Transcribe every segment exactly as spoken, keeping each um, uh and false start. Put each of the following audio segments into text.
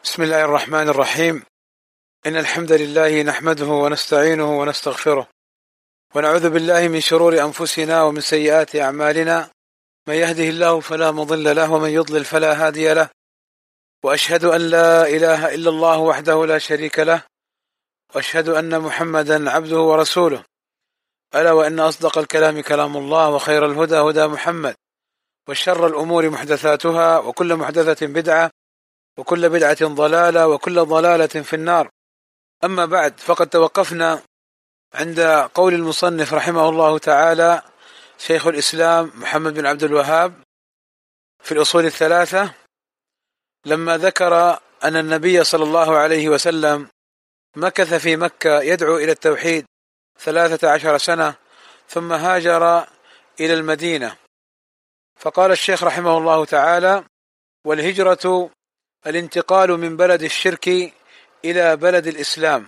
بسم الله الرحمن الرحيم. إن الحمد لله نحمده ونستعينه ونستغفره ونعوذ بالله من شرور أنفسنا ومن سيئات أعمالنا، من يهده الله فلا مضل له ومن يضلل فلا هادي له، وأشهد أن لا إله إلا الله وحده لا شريك له، وأشهد أن محمدا عبده ورسوله. ألا وإن أصدق الكلام كلام الله، وخير الهدى هدى محمد، وشر الأمور محدثاتها، وكل محدثة بدعة، وكل بدعة ضلالة، وكل ضلالة في النار. أما بعد، فقد توقفنا عند قول المصنف رحمه الله تعالى شيخ الإسلام محمد بن عبد الوهاب في الأصول الثلاثة، لما ذكر أن النبي صلى الله عليه وسلم مكث في مكة يدعو إلى التوحيد ثلاثة عشر سنة، ثم هاجر إلى المدينة. فقال الشيخ رحمه الله تعالى: والهجرة الانتقال من بلد الشرك إلى بلد الإسلام،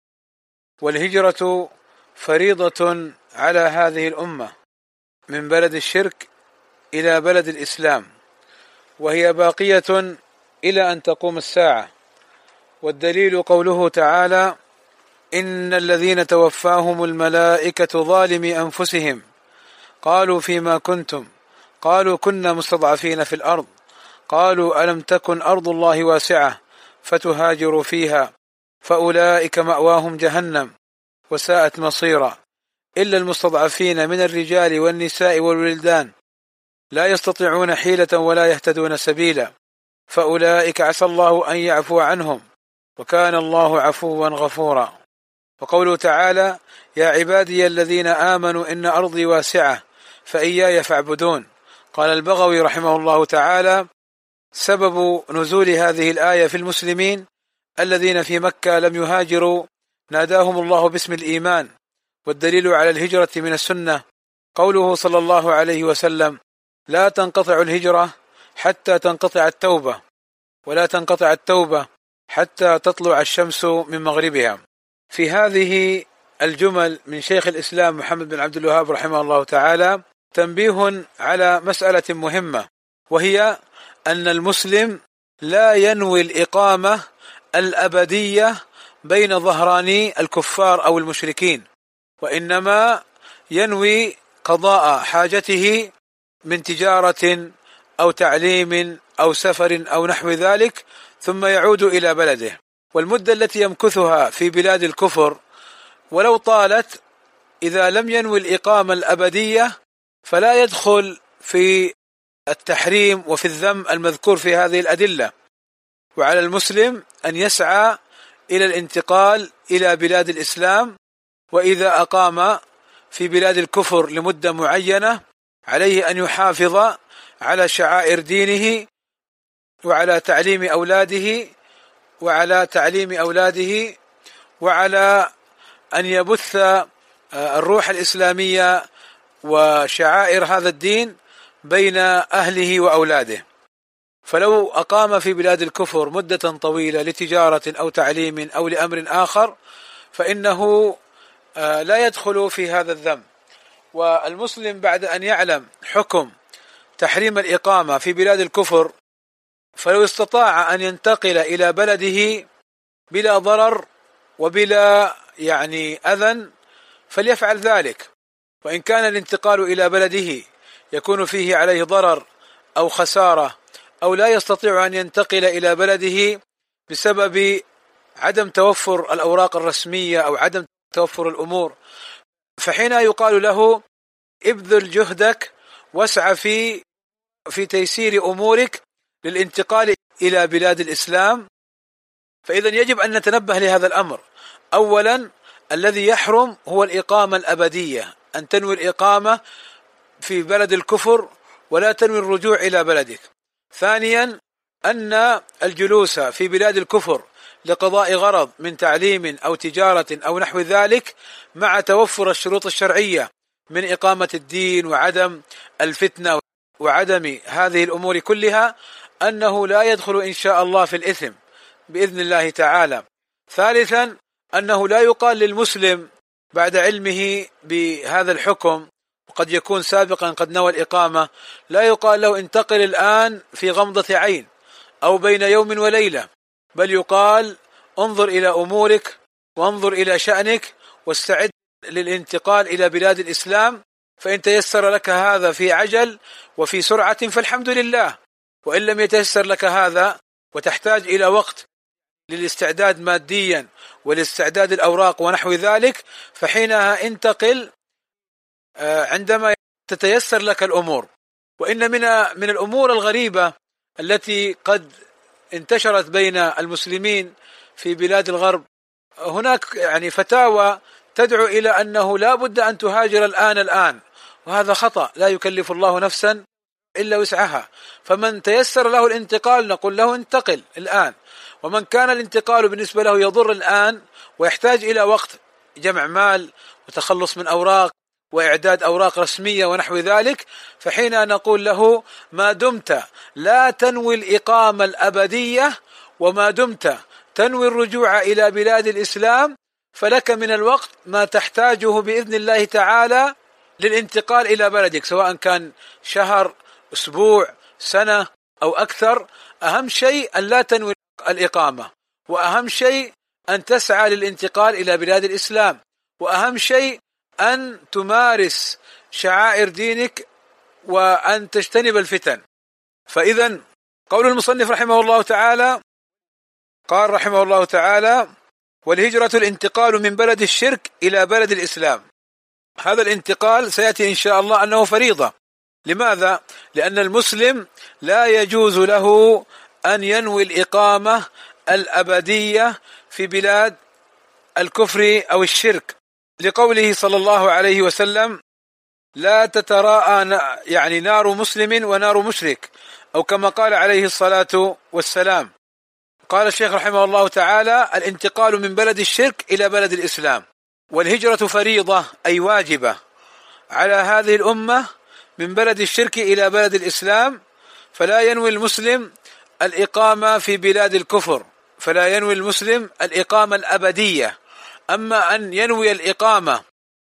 والهجرة فريضة على هذه الأمة من بلد الشرك إلى بلد الإسلام، وهي باقية إلى أن تقوم الساعة. والدليل قوله تعالى: إن الذين توفاهم الملائكة ظالمي أنفسهم قالوا فيما كنتم قالوا كنا مستضعفين في الأرض قالوا ألم تكن أرض الله واسعة فتهاجروا فيها فأولئك مأواهم جهنم وساءت مصيرا، إلا المستضعفين من الرجال والنساء والولدان لا يستطيعون حيلة ولا يهتدون سبيلا فأولئك عسى الله أن يعفو عنهم وكان الله عفوا غفورا. وقوله تعالى: يا عبادي الذين آمنوا إن أرضي واسعة فإياي فاعبدون. قال البغوي رحمه الله تعالى: سبب نزول هذه الآية في المسلمين الذين في مكة لم يهاجروا ناداهم الله باسم الإيمان، والدليل على الهجرة من السنة قوله صلى الله عليه وسلم: لا تنقطع الهجرة حتى تنقطع التوبة، ولا تنقطع التوبة حتى تطلع الشمس من مغربها. في هذه الجمل من شيخ الإسلام محمد بن عبد الوهاب رحمه الله تعالى تنبيه على مسألة مهمة، وهي أن المسلم لا ينوي الإقامة الأبدية بين ظهراني الكفار أو المشركين، وإنما ينوي قضاء حاجته من تجارة أو تعليم أو سفر أو نحو ذلك، ثم يعود إلى بلده. والمدة التي يمكثها في بلاد الكفر ولو طالت، إذا لم ينوي الإقامة الأبدية فلا يدخل في التحريم وفي الذم المذكور في هذه الأدلة. وعلى المسلم أن يسعى إلى الانتقال إلى بلاد الإسلام، وإذا أقام في بلاد الكفر لمدة معينة عليه أن يحافظ على شعائر دينه وعلى تعليم أولاده وعلى تعليم أولاده وعلى أن يبث الروح الإسلامية وشعائر هذا الدين بين أهله وأولاده. فلو أقام في بلاد الكفر مدة طويلة لتجارة أو تعليم أو لأمر آخر فإنه لا يدخل في هذا الذنب. والمسلم بعد أن يعلم حكم تحريم الإقامة في بلاد الكفر، فلو استطاع أن ينتقل إلى بلده بلا ضرر وبلا يعني أذى فليفعل ذلك. وإن كان الانتقال إلى بلده يكون فيه عليه ضرر أو خسارة، أو لا يستطيع أن ينتقل إلى بلده بسبب عدم توفر الأوراق الرسمية أو عدم توفر الأمور، فحين يقال له: ابذل جهدك واسعى في في تيسير أمورك للانتقال إلى بلاد الإسلام. فإذا يجب أن نتنبه لهذا الأمر. أولا، الذي يحرم هو الإقامة الأبدية، أن تنوي الإقامة في بلد الكفر ولا تنوي الرجوع إلى بلدك. ثانيا، أن الجلوس في بلاد الكفر لقضاء غرض من تعليم أو تجارة أو نحو ذلك مع توفر الشروط الشرعية من إقامة الدين وعدم الفتنة وعدم هذه الأمور كلها، أنه لا يدخل إن شاء الله في الإثم بإذن الله تعالى. ثالثا، أنه لا يقال للمسلم بعد علمه بهذا الحكم، وقد يكون سابقا قد نوى الإقامة، لا يقال له انتقل الآن في غمضة عين أو بين يوم وليلة، بل يقال انظر إلى أمورك وانظر إلى شأنك واستعد للانتقال إلى بلاد الإسلام، فإن تيسر لك هذا في عجل وفي سرعة فالحمد لله، وإن لم يتيسر لك هذا وتحتاج إلى وقت للاستعداد ماديا والاستعداد الأوراق ونحو ذلك، فحينها انتقل عندما تتيسر لك الأمور. وإن من من الأمور الغريبة التي قد انتشرت بين المسلمين في بلاد الغرب، هناك يعني فتاوى تدعو إلى أنه لا بد أن تهاجر الآن الآن، وهذا خطأ، لا يكلف الله نفسا إلا وسعها. فمن تيسر له الانتقال نقول له انتقل الآن، ومن كان الانتقال بالنسبة له يضر الآن ويحتاج إلى وقت جمع مال وتخلص من أوراق وإعداد أوراق رسمية ونحو ذلك، فحين نقول له ما دمت لا تنوي الإقامة الأبدية وما دمت تنوي الرجوع إلى بلاد الإسلام فلك من الوقت ما تحتاجه بإذن الله تعالى للانتقال إلى بلدك، سواء كان شهر، أسبوع، سنة أو أكثر. أهم شيء أن لا تنوي الإقامة، وأهم شيء أن تسعى للانتقال إلى بلاد الإسلام، وأهم شيء أن تمارس شعائر دينك وأن تجتنب الفتن. فإذا قول المصنف رحمه الله تعالى، قال رحمه الله تعالى: والهجرة الانتقال من بلد الشرك إلى بلد الإسلام. هذا الانتقال سيأتي إن شاء الله أنه فريضة. لماذا؟ لأن المسلم لا يجوز له أن ينوي الإقامة الأبدية في بلاد الكفر أو الشرك، لقوله صلى الله عليه وسلم: لا تتراءى يعني نار مسلم ونار مشرك، أو كما قال عليه الصلاة والسلام. قال الشيخ رحمه الله تعالى: الانتقال من بلد الشرك إلى بلد الإسلام. والهجرة فريضة أي واجبة على هذه الأمة من بلد الشرك إلى بلد الإسلام، فلا ينوي المسلم الإقامة في بلاد الكفر، فلا ينوي المسلم الإقامة الأبدية. أما أن ينوي الإقامة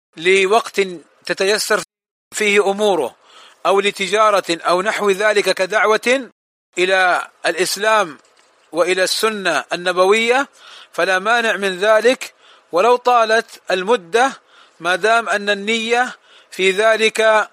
لوقت تتيسر فيه أموره أو لتجارة أو نحو ذلك كدعوة إلى الإسلام وإلى السنة النبوية، فلا مانع من ذلك ولو طالت المدة، ما دام أن النية في ذلك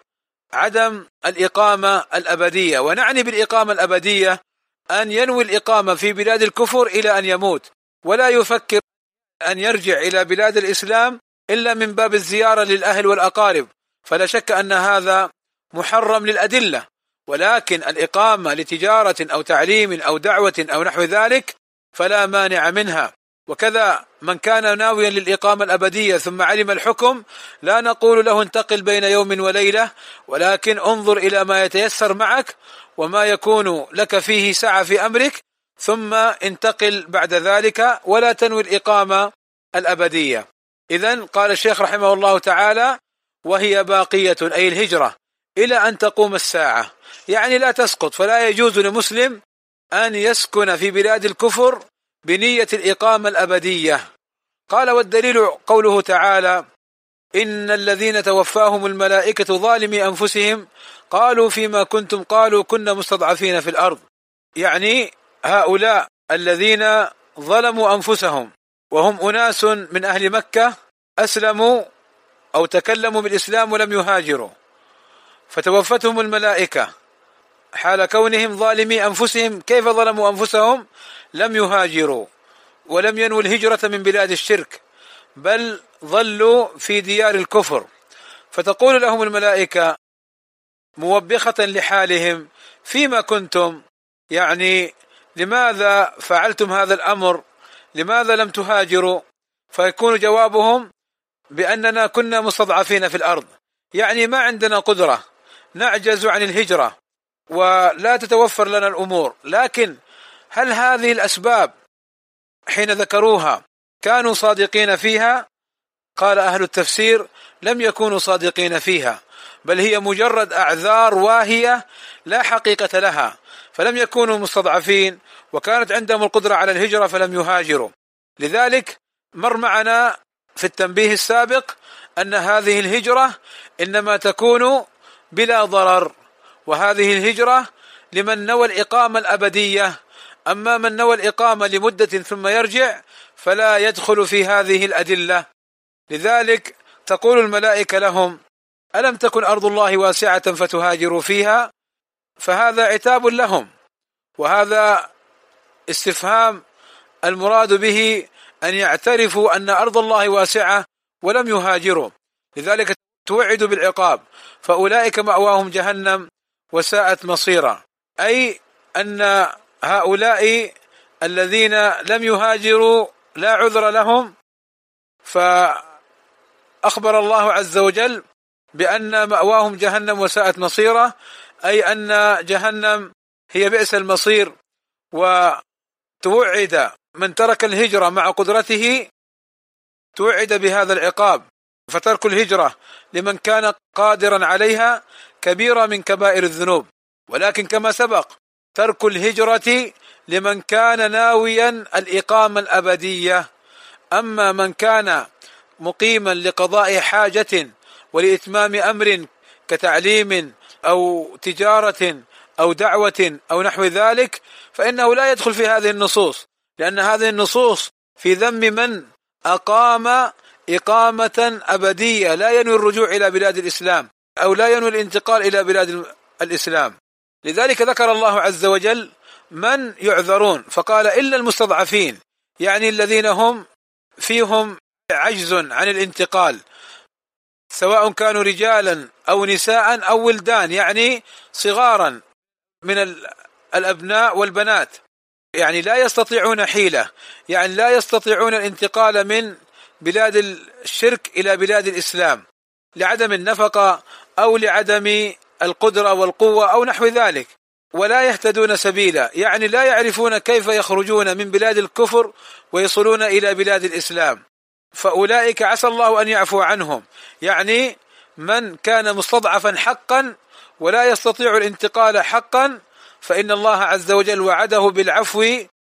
عدم الإقامة الأبدية. ونعني بالإقامة الأبدية أن ينوي الإقامة في بلاد الكفر إلى أن يموت، ولا يفكر أن يرجع إلى بلاد الإسلام إلا من باب الزيارة للأهل والأقارب، فلا شك أن هذا محرم للأدلة. ولكن الإقامة لتجارة أو تعليم أو دعوة أو نحو ذلك فلا مانع منها. وكذا من كان ناويا للإقامة الأبدية ثم علم الحكم، لا نقول له انتقل بين يوم وليلة، ولكن انظر إلى ما يتيسر معك وما يكون لك فيه سعة في أمرك، ثم انتقل بعد ذلك، ولا تنوي الإقامة الأبدية. إذن قال الشيخ رحمه الله تعالى: وهي باقية أي الهجرة إلى أن تقوم الساعة، يعني لا تسقط. فلا يجوز لمسلم أن يسكن في بلاد الكفر بنية الإقامة الأبدية. قال: والدليل قوله تعالى: إن الذين توفاهم الملائكة ظالمي أنفسهم قالوا فيما كنتم قالوا كنا مستضعفين في الأرض. يعني هؤلاء الذين ظلموا أنفسهم وهم أناس من أهل مكة أسلموا أو تكلموا بالإسلام ولم يهاجروا، فتوفتهم الملائكة حال كونهم ظالمي أنفسهم. كيف ظلموا أنفسهم؟ لم يهاجروا ولم ينووا الهجرة من بلاد الشرك، بل ظلوا في ديار الكفر. فتقول لهم الملائكة موبخة لحالهم: فيما كنتم، يعني لماذا فعلتم هذا الأمر؟ لماذا لم تهاجروا؟ فيكون جوابهم بأننا كنا مستضعفين في الأرض، يعني ما عندنا قدرة، نعجز عن الهجرة ولا تتوفر لنا الأمور. لكن هل هذه الأسباب حين ذكروها كانوا صادقين فيها؟ قال أهل التفسير: لم يكونوا صادقين فيها، بل هي مجرد أعذار واهية لا حقيقة لها، فلم يكونوا مستضعفين وكانت عندهم القدرة على الهجرة فلم يهاجروا. لذلك مر معنا في التنبيه السابق أن هذه الهجرة إنما تكون بلا ضرر، وهذه الهجرة لمن نوى الإقامة الأبدية أما من نوى الإقامة لمدة ثم يرجع فلا يدخل في هذه الأدلة. لذلك تقول الملائكة لهم: ألم تكن أرض الله واسعة فتهاجروا فيها؟ فهذا عتاب لهم، وهذا استفهام المراد به أن يعترفوا أن أرض الله واسعة ولم يهاجروا، لذلك توعدوا بالعقاب، فأولئك مأواهم جهنم وساءت مصيرا. أي أن هؤلاء الذين لم يهاجروا لا عذر لهم، فأخبر الله عز وجل بأن مأواهم جهنم وساءت مصيرا، أي أن جهنم هي بئس المصير. وتوعد من ترك الهجرة مع قدرته توعد بهذا العقاب، فترك الهجرة لمن كان قادرا عليها كبيرة من كبائر الذنوب، ولكن كما سبق ترك الهجرة لمن كان ناويا الإقامة الأبدية. أما من كان مقيما لقضاء حاجة ولإتمام أمر كتعليم أو تجارة أو دعوة أو نحو ذلك فإنه لا يدخل في هذه النصوص، لأن هذه النصوص في ذم من أقام إقامة أبدية لا ينوي الرجوع إلى بلاد الإسلام أو لا ينوي الانتقال إلى بلاد الإسلام. لذلك ذكر الله عز وجل من يعذرون فقال: إلا المستضعفين، يعني الذين هم فيهم عجز عن الانتقال، سواء كانوا رجالا أو نساء أو ولدان، يعني صغارا من الأبناء والبنات، يعني لا يستطيعون حيلة، يعني لا يستطيعون الانتقال من بلاد الشرك إلى بلاد الإسلام لعدم النفقة أو لعدم القدرة والقوة أو نحو ذلك، ولا يهتدون سبيلا، يعني لا يعرفون كيف يخرجون من بلاد الكفر ويصلون إلى بلاد الإسلام. فأولئك عسى الله أن يعفو عنهم، يعني من كان مستضعفا حقا ولا يستطيع الانتقال حقا فإن الله عز وجل وعده بالعفو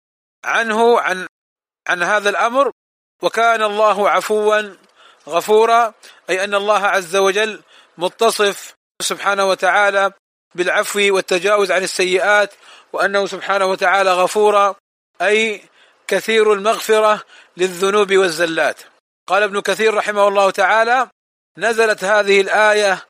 عنه عن عن هذا الأمر، وكان الله عفوا غفورا، أي أن الله عز وجل متصف سبحانه وتعالى بالعفو والتجاوز عن السيئات، وأنه سبحانه وتعالى غفورا أي كثير المغفرة للذنوب والزلات. قال ابن كثير رحمه الله تعالى: نزلت هذه الآية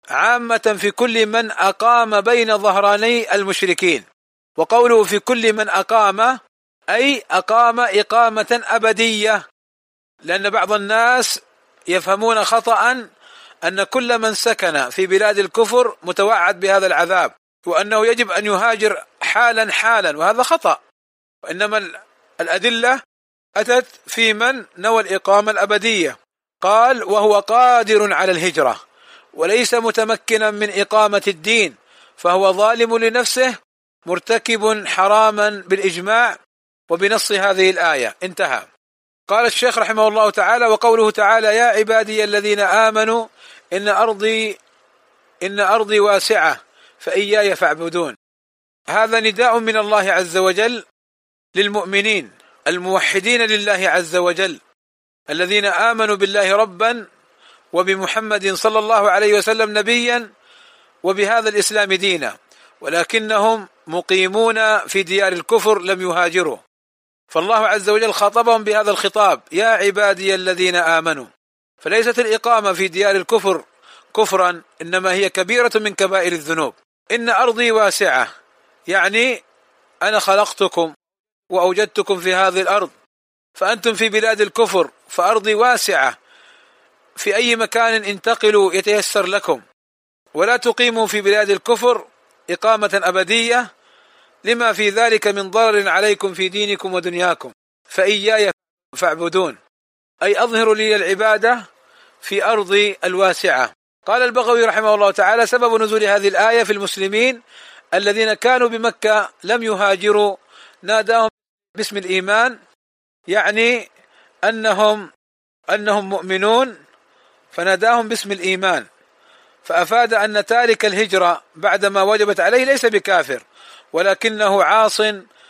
عامة في كل من أقام بين ظهراني المشركين، وقوله في كل من أقام أي أقام إقامة أبدية، لأن بعض الناس يفهمون خطأ أن كل من سكن في بلاد الكفر متوعد بهذا العذاب، وأنه يجب أن يهاجر حالا حالا، وهذا خطأ. وإنما الأدلة أتت في من نوى الإقامة الأبدية. قال: وهو قادر على الهجرة وليس متمكنا من إقامة الدين فهو ظالم لنفسه مرتكب حراما بالإجماع وبنص هذه الآية. انتهى. قال الشيخ رحمه الله تعالى: وقوله تعالى: يا عبادي الذين آمنوا إن أرضي إن أرضي واسعة فإياي فاعبدون. هذا نداء من الله عز وجل للمؤمنين الموحدين لله عز وجل الذين آمنوا بالله ربا وبمحمد صلى الله عليه وسلم نبيا وبهذا الإسلام دينا، ولكنهم مقيمون في ديار الكفر لم يهاجروا، فالله عز وجل خاطبهم بهذا الخطاب: يا عبادي الذين آمنوا. فليست الإقامة في ديار الكفر كفرا، إنما هي كبيرة من كبائر الذنوب. إن أرضي واسعة، يعني أنا خلقتكم وأوجدتكم في هذه الأرض، فأنتم في بلاد الكفر، فأرضي واسعة، في أي مكان انتقلوا يتيسر لكم، ولا تقيموا في بلاد الكفر إقامة أبدية لما في ذلك من ضرر عليكم في دينكم ودنياكم، فإياي فاعبدون، أي أظهروا لي العبادة في أرضي الواسعة. قال البغوي رحمه الله تعالى: سبب نزول هذه الآية في المسلمين الذين كانوا بمكة لم يهاجروا ناداهم باسم الإيمان، يعني أنهم أنهم مؤمنون فناداهم باسم الإيمان، فأفاد أن تارك الهجرة بعدما وجبت عليه ليس بكافر، ولكنه عاص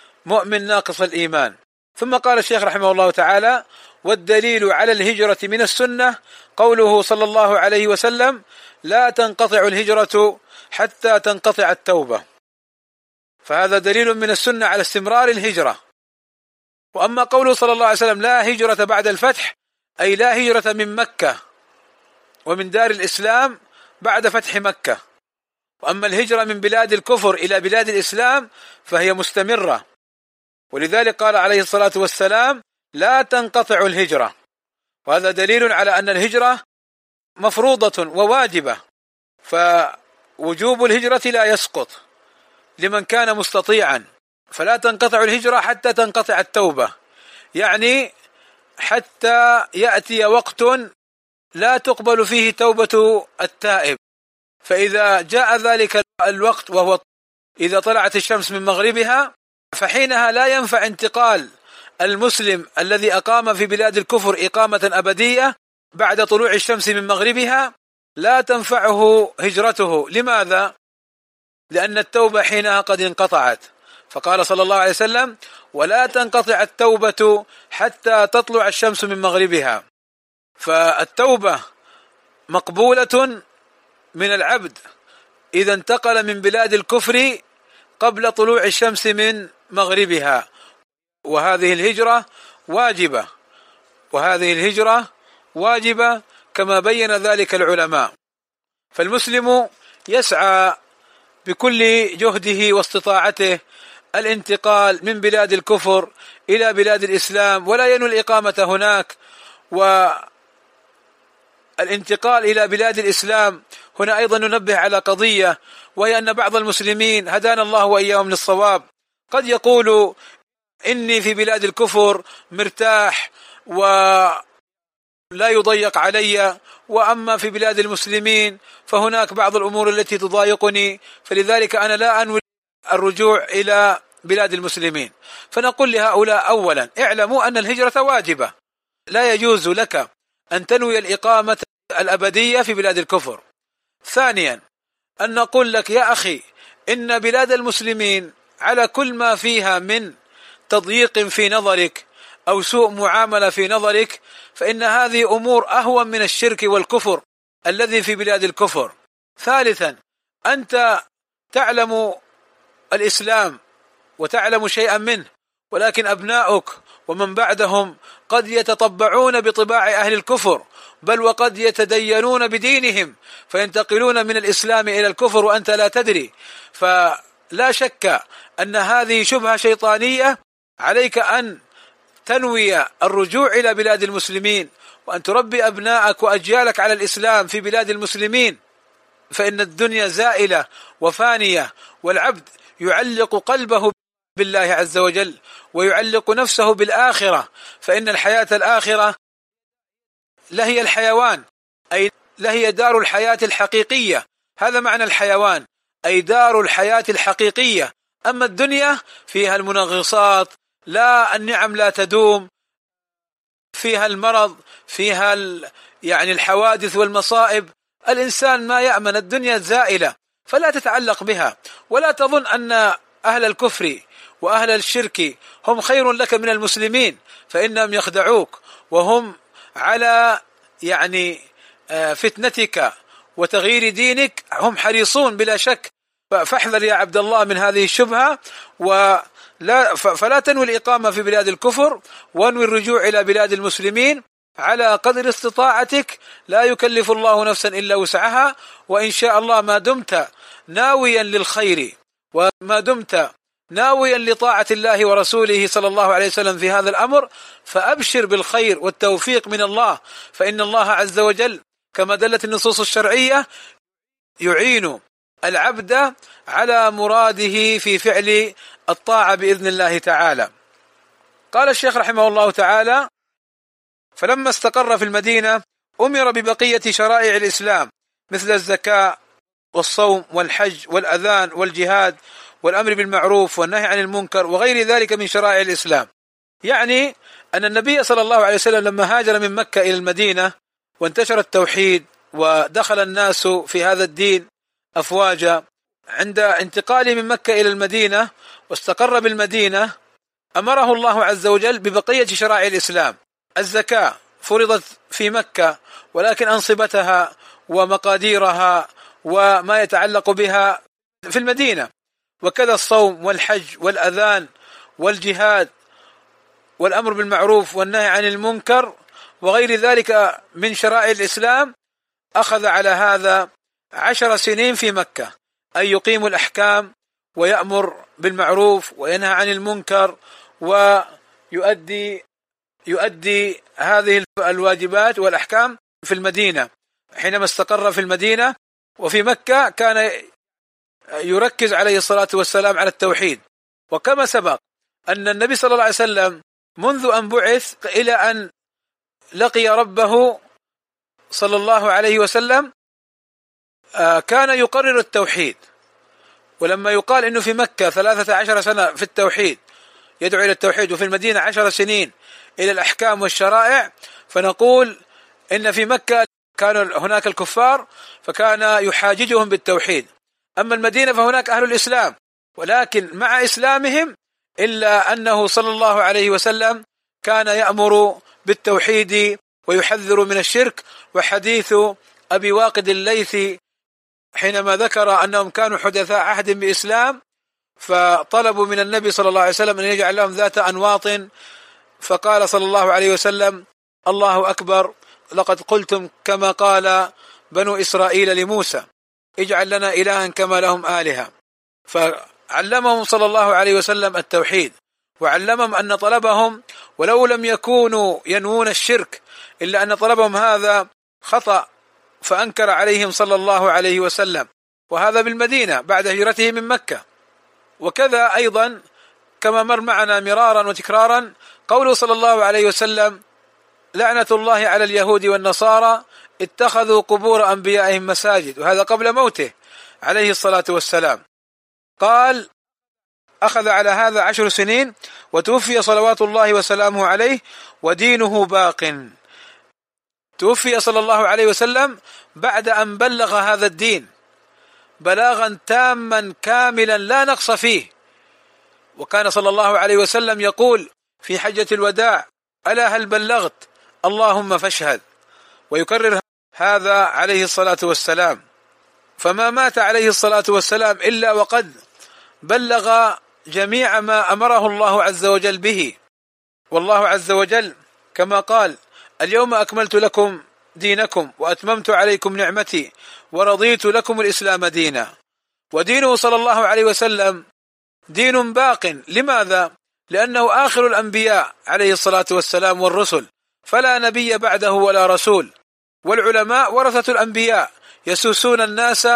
مؤمن ناقص الإيمان. ثم قال الشيخ رحمه الله تعالى: والدليل على الهجرة من السنة قوله صلى الله عليه وسلم: لا تنقطع الهجرة حتى تنقطع التوبة. فهذا دليل من السنة على استمرار الهجرة. وأما قوله صلى الله عليه وسلم لا هجرة بعد الفتح، أي لا هجرة من مكة ومن دار الإسلام بعد فتح مكة. وأما الهجرة من بلاد الكفر إلى بلاد الإسلام فهي مستمرة، ولذلك قال عليه الصلاة والسلام لا تنقطع الهجرة، وهذا دليل على أن الهجرة مفروضة وواجبة، فوجوب الهجرة لا يسقط لمن كان مستطيعا، فلا تنقطع الهجرة حتى تنقطع التوبة، يعني حتى يأتي وقت لا تقبل فيه توبة التائب. فإذا جاء ذلك الوقت وهو إذا طلعت الشمس من مغربها، فحينها لا ينفع انتقال المسلم الذي أقام في بلاد الكفر إقامة أبدية بعد طلوع الشمس من مغربها، لا تنفعه هجرته. لماذا؟ لأن التوبة حينها قد انقطعت، فقال صلى الله عليه وسلم ولا تنقطع التوبة حتى تطلع الشمس من مغربها. فالتوبة مقبولة من العبد إذا انتقل من بلاد الكفر قبل طلوع الشمس من مغربها، وهذه الهجرة واجبة، وهذه الهجرة واجبة كما بين ذلك العلماء. فالمسلم يسعى بكل جهده واستطاعته الانتقال من بلاد الكفر إلى بلاد الإسلام ولا ينوي الإقامة هناك. والانتقال إلى بلاد الإسلام هنا أيضا ننبه على قضية، وهي أن بعض المسلمين هدانا الله وإياهم للصواب قد يقول إني في بلاد الكفر مرتاح ولا يضيق علي، وأما في بلاد المسلمين فهناك بعض الأمور التي تضايقني، فلذلك أنا لا أنوي الرجوع إلى بلاد المسلمين. فنقول لهؤلاء أولا اعلموا أن الهجرة واجبة، لا يجوز لك أن تنوي الإقامة الأبدية في بلاد الكفر. ثانيا أن نقول لك يا أخي إن بلاد المسلمين على كل ما فيها من تضييق في نظرك أو سوء معاملة في نظرك، فإن هذه أمور أهون من الشرك والكفر الذي في بلاد الكفر. ثالثا أنت تعلم الإسلام وتعلم شيئا منه، ولكن أبناؤك ومن بعدهم قد يتطبعون بطباع أهل الكفر، بل وقد يتدينون بدينهم فينتقلون من الإسلام إلى الكفر وأنت لا تدري. فلا شك أن هذه شبهة شيطانية، عليك أن تنوي الرجوع إلى بلاد المسلمين وأن تربي أبناءك وأجيالك على الإسلام في بلاد المسلمين، فإن الدنيا زائلة وفانية، والعبد يعلق قلبه بالله عز وجل ويعلق نفسه بالآخرة، فإن الحياة الآخرة لهي الحيوان، أي لهي دار الحياة الحقيقية. هذا معنى الحيوان، أي دار الحياة الحقيقية. أما الدنيا فيها المنغصات، لا النعم لا تدوم، فيها المرض، فيها يعني الحوادث والمصائب. الإنسان ما يأمن، الدنيا زائلة، فلا تتعلق بها، ولا تظن أن أهل الكفر وأهل الشرك هم خير لك من المسلمين، فإنهم يخدعوك وهم على يعني فتنتك وتغيير دينك هم حريصون بلا شك. فاحذر يا عبد الله من هذه الشبهة، ولا فلا تنوي الإقامة في بلاد الكفر، وانوي الرجوع إلى بلاد المسلمين على قدر استطاعتك. لا يكلف الله نفسا إلا وسعها، وإن شاء الله ما دمت ناويا للخير وما دمت ناويا لطاعة الله ورسوله صلى الله عليه وسلم في هذا الأمر، فأبشر بالخير والتوفيق من الله، فإن الله عز وجل كما دلت النصوص الشرعية يعين العبد على مراده في فعل الطاعة بإذن الله تعالى. قال الشيخ رحمه الله تعالى: فلما استقر في المدينة أمر ببقية شرائع الإسلام مثل الزكاة والصوم والحج والأذان والجهاد والأمر بالمعروف والنهي عن المنكر وغير ذلك من شرائع الإسلام. يعني أن النبي صلى الله عليه وسلم لما هاجر من مكة إلى المدينة وانتشر التوحيد ودخل الناس في هذا الدين أفواجا، عند انتقاله من مكة إلى المدينة واستقر بالمدينة أمره الله عز وجل ببقية شرائع الإسلام. الزكاة فرضت في مكة، ولكن أنصبتها ومقاديرها وما يتعلق بها في المدينة. وكذا الصوم والحج والأذان والجهاد والأمر بالمعروف والنهي عن المنكر وغير ذلك من شرائع الإسلام. أخذ على هذا عشر سنين في مكة، أي يقيم الأحكام ويأمر بالمعروف وينهى عن المنكر ويؤدي يؤدي هذه الواجبات والأحكام في المدينة. حينما استقر في المدينة وفي مكة كان يركز عليه الصلاة والسلام على التوحيد. وكما سبق أن النبي صلى الله عليه وسلم منذ أن بعث إلى أن لقي ربه صلى الله عليه وسلم كان يقرر التوحيد. ولما يقال إنه في مكة ثلاثة عشر سنة في التوحيد يدعو إلى التوحيد، وفي المدينة عشر سنين إلى الأحكام والشرائع، فنقول إن في مكة كان هناك الكفار فكان يحاججهم بالتوحيد، أما المدينة فهناك أهل الإسلام، ولكن مع إسلامهم إلا أنه صلى الله عليه وسلم كان يأمر بالتوحيد ويحذر من الشرك. وحديث أبي واقد الليثي حينما ذكر أنهم كانوا حدثاء عهد بإسلام فطلبوا من النبي صلى الله عليه وسلم أن يجعل لهم ذات أنواط، فقال صلى الله عليه وسلم: الله أكبر، لقد قلتم كما قال بنو إسرائيل لموسى اجعل لنا إلها كما لهم آلهة. فعلمهم صلى الله عليه وسلم التوحيد، وعلمهم أن طلبهم ولو لم يكونوا ينوون الشرك إلا أن طلبهم هذا خطأ، فأنكر عليهم صلى الله عليه وسلم، وهذا بالمدينة بعد هجرته من مكة. وكذا أيضا كما مر معنا مرارا وتكرارا قوله صلى الله عليه وسلم: لعنة الله على اليهود والنصارى اتخذوا قبور أنبيائهم مساجد، وهذا قبل موته عليه الصلاة والسلام. قال: أخذ على هذا عشر سنين وتوفي صلوات الله وسلامه عليه ودينه باق. توفي صلى الله عليه وسلم بعد أن بلغ هذا الدين بلاغا تاما كاملا لا نقص فيه. وكان صلى الله عليه وسلم يقول في حجة الوداع: ألا هل بلغت؟ اللهم فاشهد. ويكرر هذا عليه الصلاة والسلام. فما مات عليه الصلاة والسلام إلا وقد بلغ جميع ما أمره الله عز وجل به. والله عز وجل كما قال: اليوم أكملت لكم دينكم وأتممت عليكم نعمتي ورضيت لكم الإسلام دينا. ودينه صلى الله عليه وسلم دين باق. لماذا؟ لأنه آخر الأنبياء عليه الصلاة والسلام والرسل، فلا نبي بعده ولا رسول. والعلماء ورثة الأنبياء يسوسون الناس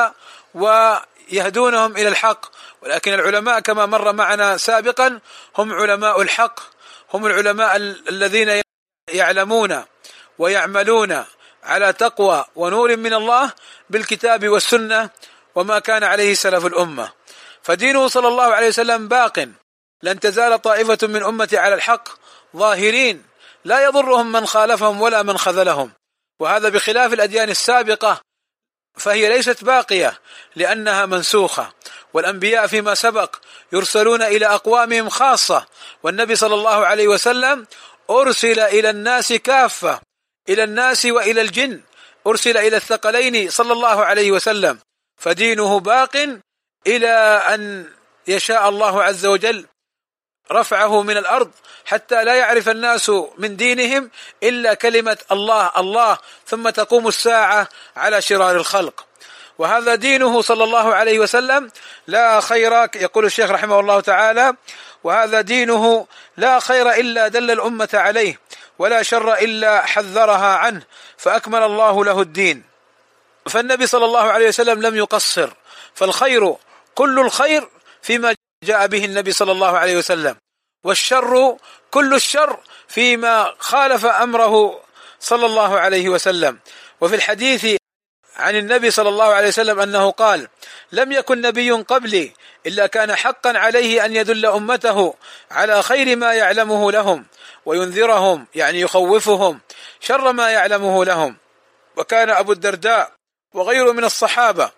ويهدونهم إلى الحق، ولكن العلماء كما مر معنا سابقا هم علماء الحق، هم العلماء الذين يعلمون ويعملون على تقوى ونور من الله بالكتاب والسنة وما كان عليه سلف الأمة. فدينه صلى الله عليه وسلم باق، لن تزال طائفة من أمتي على الحق ظاهرين لا يضرهم من خالفهم ولا من خذلهم. وهذا بخلاف الأديان السابقة، فهي ليست باقية لأنها منسوخة. والأنبياء فيما سبق يرسلون إلى أقوامهم خاصة، والنبي صلى الله عليه وسلم أرسل إلى الناس كافة، إلى الناس وإلى الجن، أرسل إلى الثقلين صلى الله عليه وسلم. فدينه باق إلى أن يشاء الله عز وجل رفعه من الأرض، حتى لا يعرف الناس من دينهم إلا كلمة الله الله، ثم تقوم الساعة على شرار الخلق. وهذا دينه صلى الله عليه وسلم لا خير، يقول الشيخ رحمه الله تعالى: وهذا دينه لا خير إلا دل الأمة عليه، ولا شر إلا حذرها عنه، فأكمل الله له الدين. فالنبي صلى الله عليه وسلم لم يقصر، فالخير كل الخير فيما جاء به النبي صلى الله عليه وسلم، والشر كل الشر فيما خالف أمره صلى الله عليه وسلم. وفي الحديث عن النبي صلى الله عليه وسلم أنه قال: لم يكن نبي قبلي إلا كان حقا عليه أن يدل أمته على خير ما يعلمه لهم وينذرهم، يعني يخوفهم شر ما يعلمه لهم. وكان أبو الدرداء وغيره من الصحابة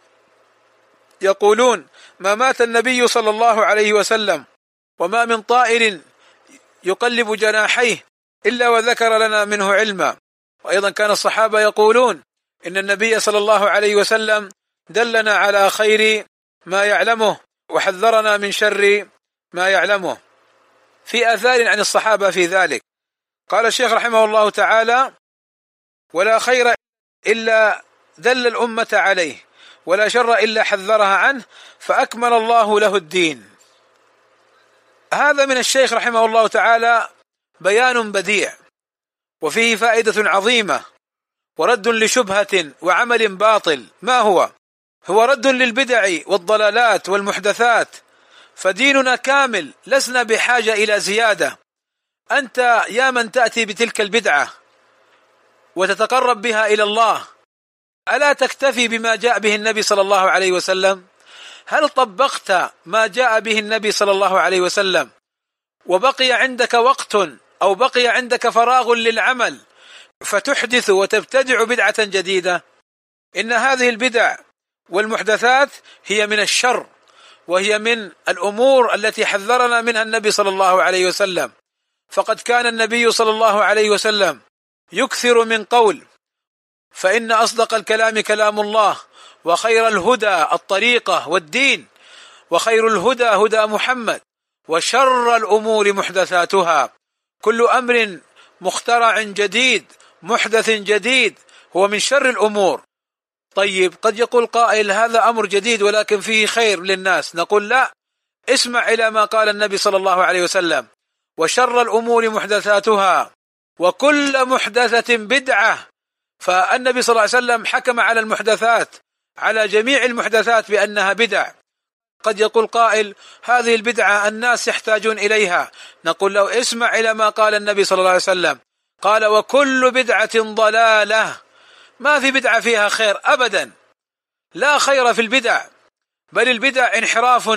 يقولون: ما مات النبي صلى الله عليه وسلم وما من طائر يقلب جناحيه إلا وذكر لنا منه علما. وأيضا كان الصحابة يقولون: إن النبي صلى الله عليه وسلم دلنا على خير ما يعلمه وحذرنا من شر ما يعلمه. في آثار عن الصحابة في ذلك. قال الشيخ رحمه الله تعالى: ولا خير إلا دل الأمة عليه، ولا شر إلا حذرها عنه، فأكمل الله له الدين. هذا من الشيخ رحمه الله تعالى بيان بديع، وفيه فائدة عظيمة، ورد لشبهة وعمل باطل. ما هو؟ هو رد للبدع والضلالات والمحدثات، فديننا كامل، لسنا بحاجة إلى زيادة. أنت يا من تأتي بتلك البدعة وتتقرب بها إلى الله، ألا تكتفي بما جاء به النبي صلى الله عليه وسلم؟ هل طبقت ما جاء به النبي صلى الله عليه وسلم وبقي عندك وقت أو بقي عندك فراغ للعمل فتحدث وتبتدع بدعة جديدة؟ إن هذه البدع والمحدثات هي من الشر، وهي من الأمور التي حذرنا منها النبي صلى الله عليه وسلم. فقد كان النبي صلى الله عليه وسلم يكثر من قول: فإن أصدق الكلام كلام الله، وخير الهدى الطريقة والدين، وخير الهدى هدى محمد، وشر الأمور محدثاتها، كل أمر مخترع جديد محدث جديد هو من شر الأمور. طيب، قد يقول قائل: هذا أمر جديد ولكن فيه خير للناس. نقول: لا، اسمع إلى ما قال النبي صلى الله عليه وسلم: وشر الأمور محدثاتها، وكل محدثة بدعة. فالنبي صلى الله عليه وسلم حكم على المحدثات، على جميع المحدثات بأنها بدع. قد يقول قائل: هذه البدعة الناس يحتاجون إليها. نقول له: اسمع إلى ما قال النبي صلى الله عليه وسلم، قال: وكل بدعة ضلالة. ما في بدعة فيها خير أبدا، لا خير في البدع، بل البدع انحراف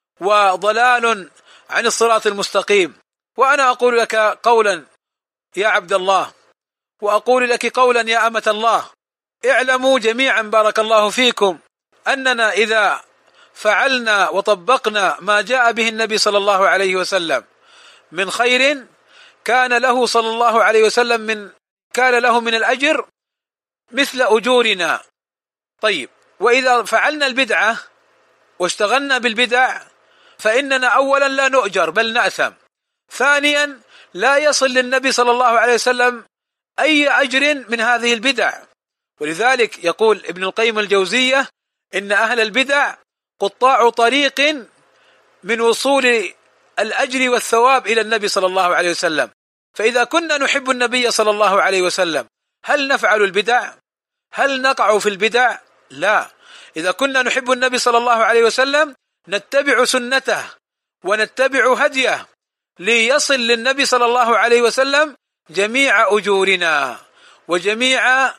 وضلال عن الصراط المستقيم. وأنا أقول لك قولا يا عبد الله، وأقول لك قولا يا أمة الله: اعلموا جميعا بارك الله فيكم أننا إذا فعلنا وطبقنا ما جاء به النبي صلى الله عليه وسلم من خير، كان له صلى الله عليه وسلم من كان له من الأجر مثل أجورنا. طيب، وإذا فعلنا البدعة واشتغلنا بالبدع فإننا أولا لا نؤجر بل نأثم، ثانيا لا يصل للنبي صلى الله عليه وسلم أي أجر من هذه البدع. ولذلك يقول ابن القيم الجوزية: إن أهل البدع قطاع طريق من وصول الأجر والثواب إلى النبي صلى الله عليه وسلم. فإذا كنا نحب النبي صلى الله عليه وسلم، هل نفعل البدع؟ هل نقع في البدع؟ لا. إذا كنا نحب النبي صلى الله عليه وسلم نتبع سنته ونتبع هديه ليصل للنبي صلى الله عليه وسلم جميع أجورنا وجميع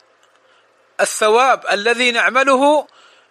الثواب الذي نعمله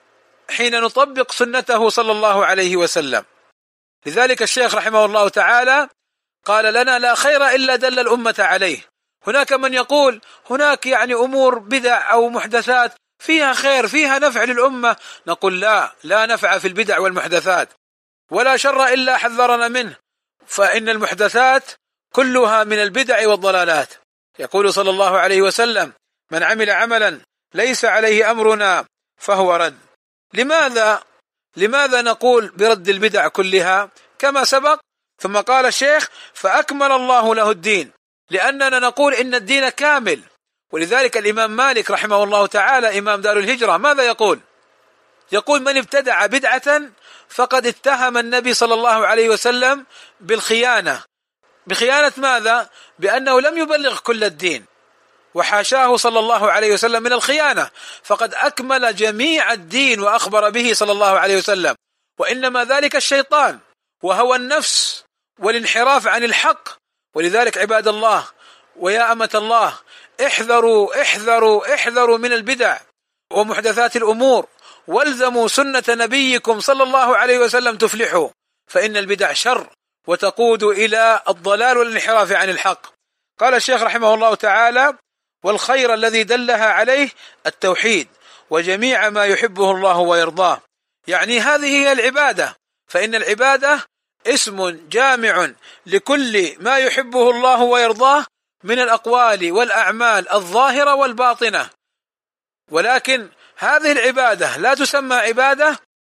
حين نطبق سنته صلى الله عليه وسلم. لذلك الشيخ رحمه الله تعالى قال لنا: لا خير إلا دل الأمة عليه. هناك من يقول هناك يعني أمور بدع أو محدثات فيها خير، فيها نفع للأمة. نقول: لا، لا نفع في البدع والمحدثات، ولا شر إلا حذرنا منه، فإن المحدثات كلها من البدع والضلالات. يقول صلى الله عليه وسلم: من عمل عملا ليس عليه أمرنا فهو رد. لماذا؟ لماذا نقول برد البدع كلها كما سبق؟ ثم قال الشيخ: فأكمل الله له الدين، لأننا نقول إن الدين كامل. ولذلك الإمام مالك رحمه الله تعالى إمام دار الهجرة ماذا يقول؟ يقول: من ابتدع بدعة فقد اتهم النبي صلى الله عليه وسلم بالخيانة. بخيانة ماذا؟ بأنه لم يبلغ كل الدين، وحاشاه صلى الله عليه وسلم من الخيانة، فقد أكمل جميع الدين وأخبر به صلى الله عليه وسلم. وإنما ذلك الشيطان وهو النفس والانحراف عن الحق. ولذلك عباد الله ويا أمة الله، احذروا احذروا احذروا من البدع ومحدثات الأمور، والزموا سنة نبيكم صلى الله عليه وسلم تفلحوا، فإن البدع شر وتقود إلى الضلال والانحراف عن الحق. قال الشيخ رحمه الله تعالى: والخير الذي دلها عليه التوحيد وجميع ما يحبه الله ويرضاه. يعني هذه هي العبادة، فإن العبادة اسم جامع لكل ما يحبه الله ويرضاه من الأقوال والأعمال الظاهرة والباطنة. ولكن هذه العبادة لا تسمى عبادة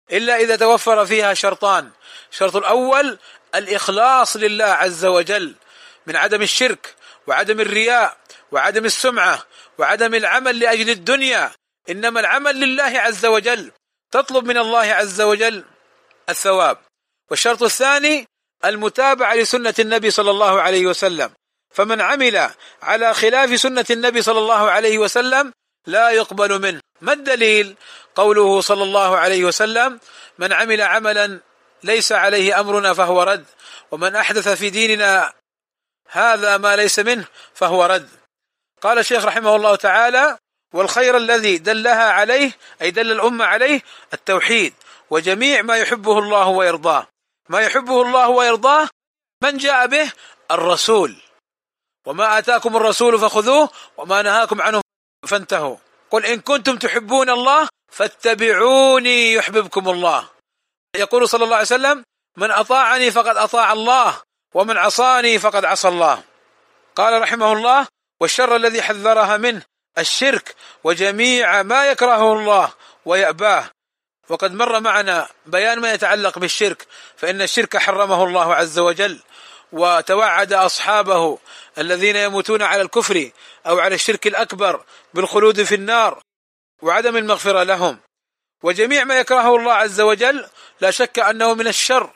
إلا إذا توفر فيها شرطان: الشرط الأول الإخلاص لله عز وجل من عدم الشرك وعدم الرياء وعدم السمعة وعدم العمل لأجل الدنيا، إنما العمل لله عز وجل، تطلب من الله عز وجل الثواب. والشرط الثاني المتابعة لسنة النبي صلى الله عليه وسلم، فمن عمل على خلاف سنة النبي صلى الله عليه وسلم لا يقبل منه. ما الدليل؟ قوله صلى الله عليه وسلم: من عمل عملا ليس عليه أمرنا فهو رد، ومن أحدث في ديننا هذا ما ليس منه فهو رد. قال الشيخ رحمه الله تعالى: والخير الذي دلها عليه، أي دل الأمة عليه، التوحيد وجميع ما يحبه الله ويرضاه. ما يحبه الله ويرضاه من جاء به؟ الرسول. وما آتاكم الرسول فخذوه وما نهاكم عنه فانتهوا. قل إن كنتم تحبون الله فاتبعوني يحببكم الله. يقول صلى الله عليه وسلم: من أطاعني فقد أطاع الله ومن عصاني فقد عصى الله. قال رحمه الله: والشر الذي حذرها منه الشرك وجميع ما يكرهه الله ويأباه. وقد مر معنا بيان ما يتعلق بالشرك، فإن الشرك حرمه الله عز وجل، وتوعد أصحابه الذين يموتون على الكفر أو على الشرك الأكبر بالخلود في النار وعدم المغفرة لهم. وجميع ما يكرهه الله عز وجل لا شك أنه من الشر،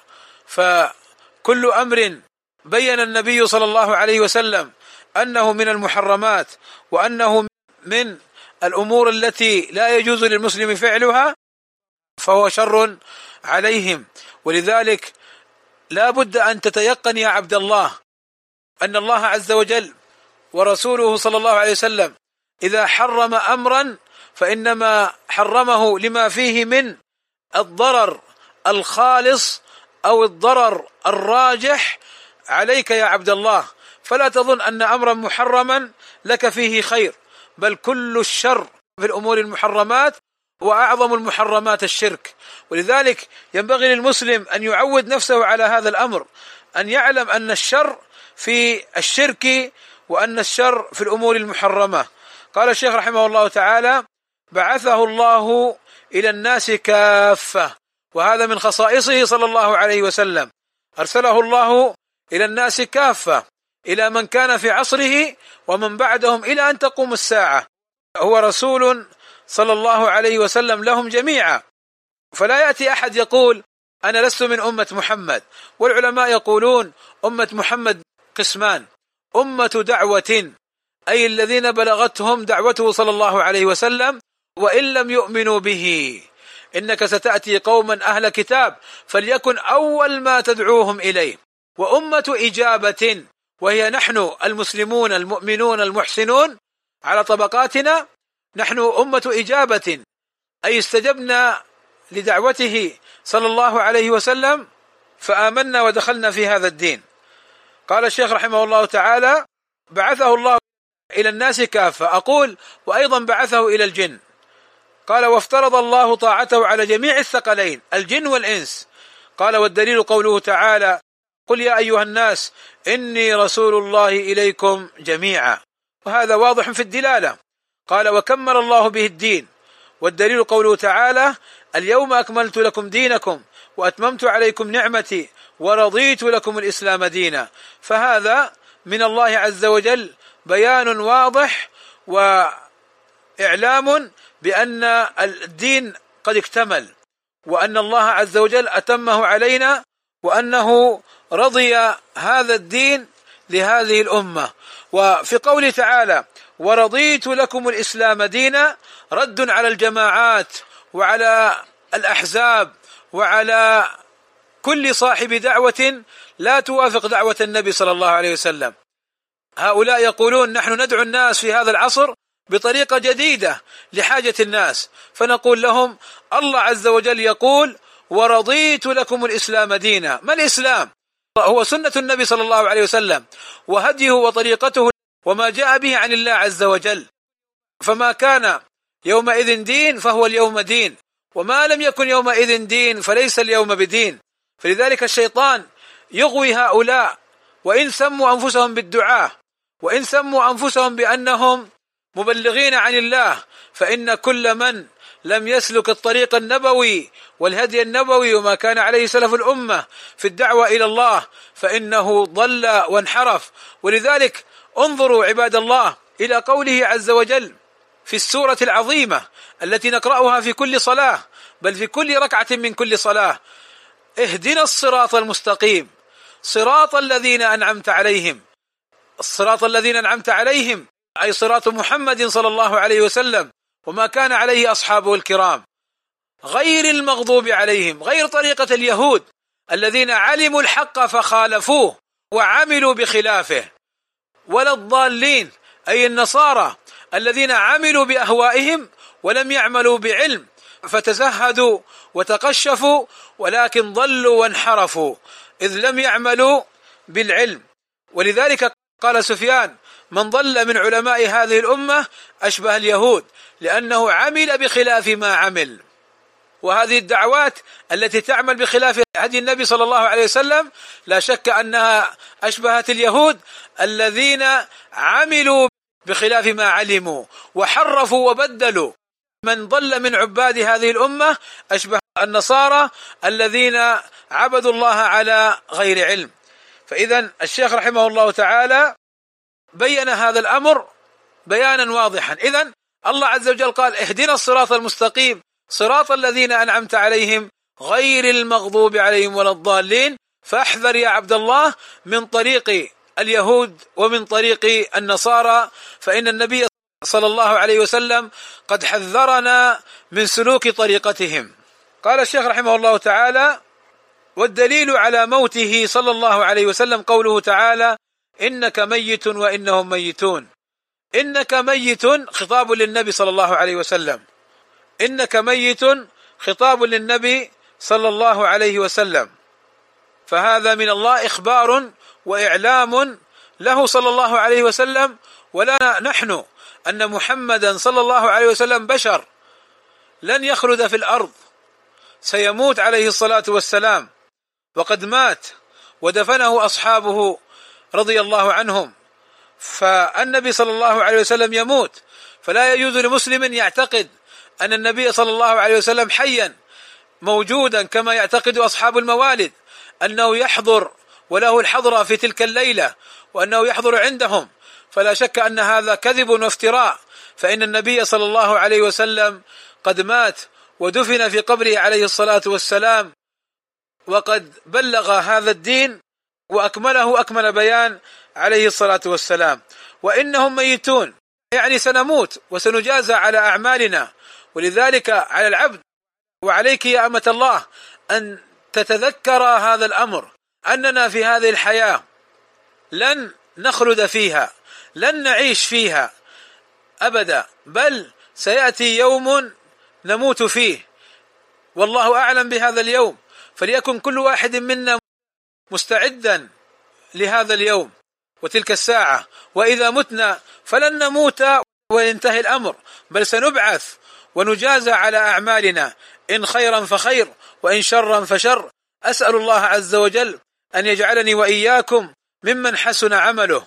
فكل أمر بين النبي صلى الله عليه وسلم أنه من المحرمات وأنه من الأمور التي لا يجوز للمسلم فعلها فهو شر عليهم. ولذلك لا بد أن تتيقن يا عبد الله أن الله عز وجل ورسوله صلى الله عليه وسلم إذا حرم أمرا فإنما حرمه لما فيه من الضرر الخالص أو الضرر الراجح عليك يا عبد الله. فلا تظن أن أمرا محرما لك فيه خير، بل كل الشر في الأمور المحرمات، وأعظم المحرمات الشرك. ولذلك ينبغي للمسلم أن يعود نفسه على هذا الأمر، أن يعلم أن الشر في الشرك وأن الشر في الأمور المحرمة. قال الشيخ رحمه الله تعالى: بعثه الله إلى الناس كافة، وهذا من خصائصه صلى الله عليه وسلم، أرسله الله إلى الناس كافة، إلى من كان في عصره ومن بعدهم إلى أن تقوم الساعة. هو رسول صلى الله عليه وسلم لهم جميعا، فلا يأتي أحد يقول أنا لست من أمة محمد. والعلماء يقولون أمة محمد قسمان: أمة دعوة، أي الذين بلغتهم دعوته صلى الله عليه وسلم وإن لم يؤمنوا به. إنك ستأتي قوما أهل كتاب فليكن أول ما تدعوهم إليه. وأمة إجابة، وهي نحن المسلمون المؤمنون المحسنون على طبقاتنا، نحن أمة إجابة، أي استجبنا لدعوته صلى الله عليه وسلم فآمنا ودخلنا في هذا الدين. قال الشيخ رحمه الله تعالى: بعثه الله إلى الناس كافة. أقول: وأيضا بعثه إلى الجن. قال: وافترض الله طاعته على جميع الثقلين الجن والإنس. قال: والدليل قوله تعالى: قل يا أيها الناس إني رسول الله إليكم جميعا. وهذا واضح في الدلالة. قال: وكمل الله به الدين. والدليل قوله تعالى: اليوم أكملت لكم دينكم وأتممت عليكم نعمتي ورضيت لكم الإسلام دينا. فهذا من الله عز وجل بيان واضح وإعلام بأن الدين قد اكتمل، وأن الله عز وجل أتمه علينا، وأنه رضي هذا الدين لهذه الأمة. وفي قوله تعالى: ورضيت لكم الإسلام دينا، رد على الجماعات وعلى الأحزاب وعلى كل صاحب دعوة لا توافق دعوة النبي صلى الله عليه وسلم. هؤلاء يقولون نحن ندعو الناس في هذا العصر بطريقة جديدة لحاجة الناس، فنقول لهم الله عز وجل يقول: ورضيت لكم الإسلام دينا. ما الإسلام؟ هو سنة النبي صلى الله عليه وسلم وهديه وطريقته وما جاء به عن الله عز وجل. فما كان يومئذ دين فهو اليوم دين، وما لم يكن يومئذ دين فليس اليوم بدين. فلذلك الشيطان يغوي هؤلاء، وإن سموا أنفسهم بالدعاء، وإن سموا أنفسهم بأنهم مبلغين عن الله، فإن كل من لم يسلك الطريق النبوي والهدي النبوي وما كان عليه سلف الأمة في الدعوة إلى الله فإنه ضل وانحرف. ولذلك انظروا عباد الله إلى قوله عز وجل في السورة العظيمة التي نقرأها في كل صلاة، بل في كل ركعة من كل صلاة: اهدنا الصراط المستقيم صراط الذين أنعمت عليهم. الصراط الذين أنعمت عليهم أي صراط محمد صلى الله عليه وسلم وما كان عليه أصحابه الكرام، غير المغضوب عليهم، غير طريقة اليهود الذين علموا الحق فخالفوه وعملوا بخلافه، ولا الضالين أي النصارى الذين عملوا بأهوائهم ولم يعملوا بعلم فتزهدوا وتقشفوا ولكن ضلوا وانحرفوا إذ لم يعملوا بالعلم. ولذلك قال سفيان: من ضل من علماء هذه الأمة أشبه اليهود لأنه عمل بخلاف ما عمل. وهذه الدعوات التي تعمل بخلاف هدي النبي صلى الله عليه وسلم لا شك أنها أشبهت اليهود الذين عملوا بخلاف ما علموا وحرفوا وبدلوا. من ضل من عباد هذه الأمة أشبه النصارى الذين عبدوا الله على غير علم. فإذا الشيخ رحمه الله تعالى بين هذا الأمر بيانا واضحا. إذن الله عز وجل قال: اهدنا الصراط المستقيم صراط الذين أنعمت عليهم غير المغضوب عليهم ولا الضالين. فاحذر يا عبد الله من طريق اليهود ومن طريق النصارى، فإن النبي صلى الله عليه وسلم قد حذرنا من سلوك طريقتهم. قال الشيخ رحمه الله تعالى: والدليل على موته صلى الله عليه وسلم قوله تعالى: إنك ميت وإنهم ميتون. إنك ميت خطاب للنبي صلى الله عليه وسلم، إنك ميت خطاب للنبي صلى الله عليه وسلم، فهذا من الله إخبار وإعلام له صلى الله عليه وسلم ولنا نحن أن محمدا صلى الله عليه وسلم بشر لن يخلد في الأرض، سيموت عليه الصلاة والسلام، وقد مات ودفنه أصحابه رضي الله عنهم. فالنبي صلى الله عليه وسلم يموت، فلا يجوز لمسلم يعتقد أن النبي صلى الله عليه وسلم حيا موجودا كما يعتقد أصحاب الموالد أنه يحضر وله الحضرة في تلك الليلة وأنه يحضر عندهم. فلا شك أن هذا كذب وافتراء، فإن النبي صلى الله عليه وسلم قد مات ودفن في قبره عليه الصلاة والسلام، وقد بلغ هذا الدين وأكمله أكمل بيان عليه الصلاة والسلام. وإنهم ميتون يعني سنموت وسنجازى على أعمالنا. ولذلك على العبد وعليك يا أمة الله أن تتذكر هذا الأمر، أننا في هذه الحياة لن نخلد فيها، لن نعيش فيها أبدا، بل سيأتي يوم نموت فيه، والله أعلم بهذا اليوم. فليكن كل واحد منا مستعدا لهذا اليوم وتلك الساعة. وإذا متنا فلن نموت وينتهي الأمر، بل سنبعث ونجازى على أعمالنا، إن خيرا فخير وإن شرا فشر. أسأل الله عز وجل أن يجعلني وإياكم ممن حسن عمله،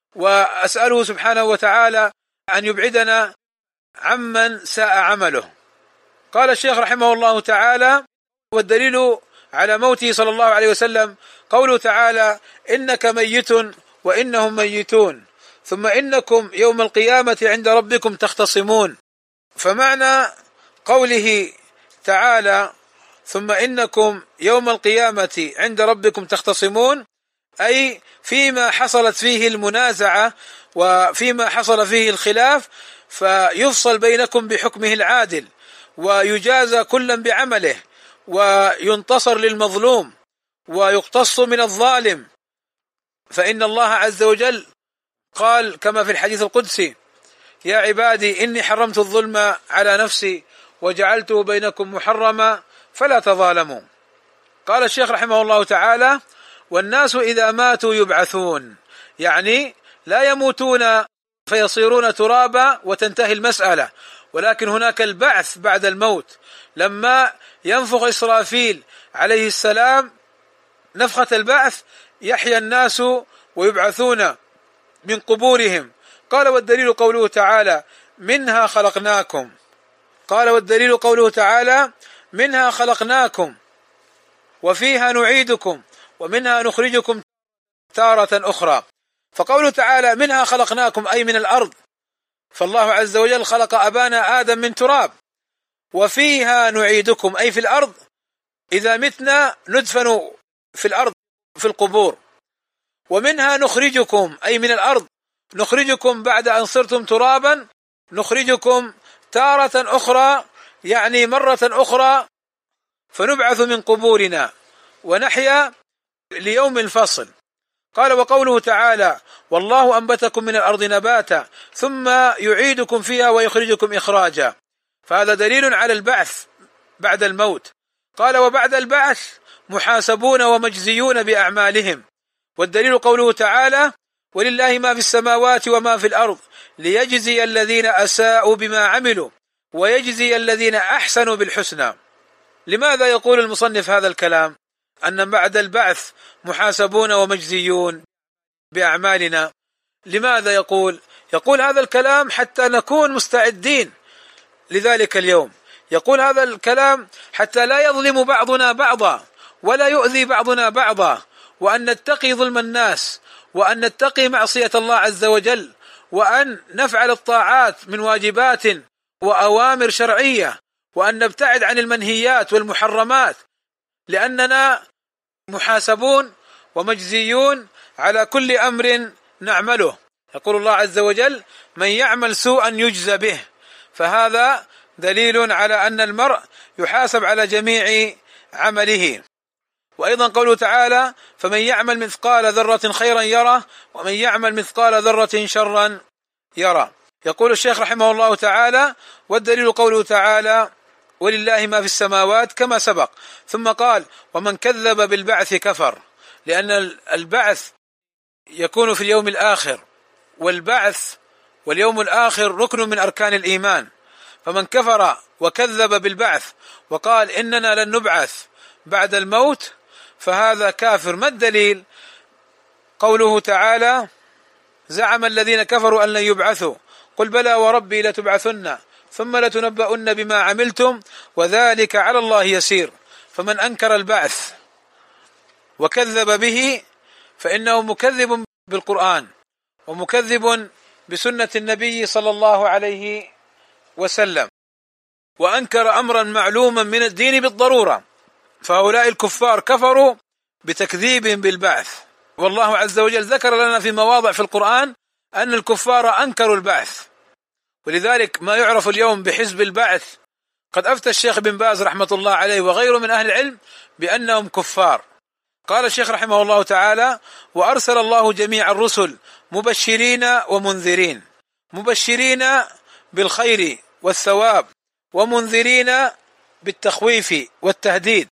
وأسأله سبحانه وتعالى أن يبعدنا عمن ساء عمله. قال الشيخ رحمه الله تعالى: والدليل على موته صلى الله عليه وسلم قوله تعالى: إنك ميت وإنهم ميتون ثم إنكم يوم القيامة عند ربكم تختصمون. فمعنى قوله تعالى ثم إنكم يوم القيامة عند ربكم تختصمون أي فيما حصلت فيه المنازعة وفيما حصل فيه الخلاف، فيفصل بينكم بحكمه العادل، ويجازى كلا بعمله، وينتصر للمظلوم، ويقتص من الظالم. فإن الله عز وجل قال كما في الحديث القدسي: يا عبادي إني حرمت الظلم على نفسي وجعلته بينكم محرما فلا تظالموا. قال الشيخ رحمه الله تعالى: والناس إذا ماتوا يبعثون، يعني لا يموتون فيصيرون ترابا وتنتهي المسألة، ولكن هناك البعث بعد الموت. لما ينفخ إسرافيل عليه السلام نفخة البعث يحيى الناس ويبعثون من قبورهم. قال: والدليل قوله تعالى: منها خلقناكم قال والدليل قوله تعالى منها خلقناكم وفيها نعيدكم ومنها نخرجكم تارة أخرى. فقوله تعالى منها خلقناكم أي من الأرض، فالله عز وجل خلق أبانا آدم من تراب، وفيها نعيدكم أي في الأرض، إذا متنا ندفن في الأرض في القبور، ومنها نخرجكم أي من الأرض نخرجكم بعد أن صرتم ترابا، نخرجكم تارة أخرى يعني مرة أخرى، فنبعث من قبورنا ونحيا ليوم الفصل. قال وقوله تعالى والله أنبتكم من الأرض نباتا ثم يعيدكم فيها ويخرجكم إخراجا، فهذا دليل على البعث بعد الموت. قال وبعد البعث محاسبون ومجزيون بأعمالهم، والدليل قوله تعالى ولله ما في السماوات وما في الأرض ليجزي الذين أساءوا بما عملوا ويجزي الذين أحسنوا بالحسنى. لماذا يقول المصنف هذا الكلام أن بعد البعث محاسبون ومجزيون بأعمالنا؟ لماذا يقول يقول هذا الكلام؟ حتى نكون مستعدين لذلك اليوم. يقول هذا الكلام حتى لا يظلم بعضنا بعضا ولا يؤذي بعضنا بعضا، وأن نتقي ظلم الناس، وأن نتقي معصية الله عز وجل، وأن نفعل الطاعات من واجبات وأوامر شرعية، وأن نبتعد عن المنهيات والمحرمات، لأننا محاسبون ومجزيون على كل أمر نعمله. يقول الله عز وجل من يعمل سوءا يجزى به، فهذا دليل على أن المرء يحاسب على جميع عمله. وأيضا قوله تعالى فمن يعمل مثقال ذرة خيرا يره ومن يعمل مثقال ذرة شرا يره. يقول الشيخ رحمه الله تعالى والدليل قوله تعالى ولله ما في السماوات كما سبق، ثم قال ومن كذب بالبعث كفر، لأن البعث يكون في اليوم الآخر، والبعث واليوم الآخر ركن من أركان الإيمان، فمن كفر وكذب بالبعث وقال إننا لن نبعث بعد الموت فهذا كافر. ما الدليل؟ قوله تعالى زعم الذين كفروا أن لن يبعثوا قل بلى وربي لتبعثن ثم لتنبؤن بما عملتم وذلك على الله يسير. فمن أنكر البعث وكذب به فإنه مكذب بالقرآن ومكذب بسنة النبي صلى الله عليه وسلم، وأنكر أمرا معلوما من الدين بالضرورة. فهؤلاء الكفار كفروا بتكذيبهم بالبعث، والله عز وجل ذكر لنا في مواضع في القرآن أن الكفار أنكروا البعث، ولذلك ما يعرف اليوم بحزب البعث قد أفتى الشيخ بن باز رحمة الله عليه وغيره من أهل العلم بأنهم كفار. قال الشيخ رحمه الله تعالى وأرسل الله جميع الرسل مبشرين ومنذرين، مبشرين بالخير والثواب ومنذرين بالتخويف والتهديد.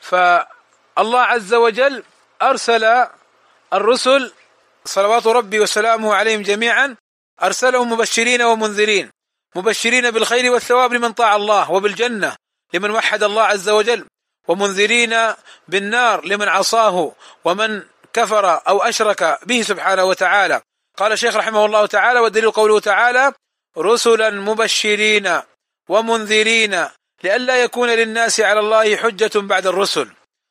فالله عز وجل أرسل الرسل صلوات ربي وسلامه عليهم جميعا، أرسلهم مبشرين ومنذرين، مبشرين بالخير والثواب لمن طاع الله وبالجنة لمن وحد الله عز وجل، ومنذرين بالنار لمن عصاه ومن كفر أو أشرك به سبحانه وتعالى. قال الشيخ رحمه الله تعالى والدليل قوله تعالى رسلا مبشرين ومنذرين لئلا يكون للناس على الله حجة بعد الرسل.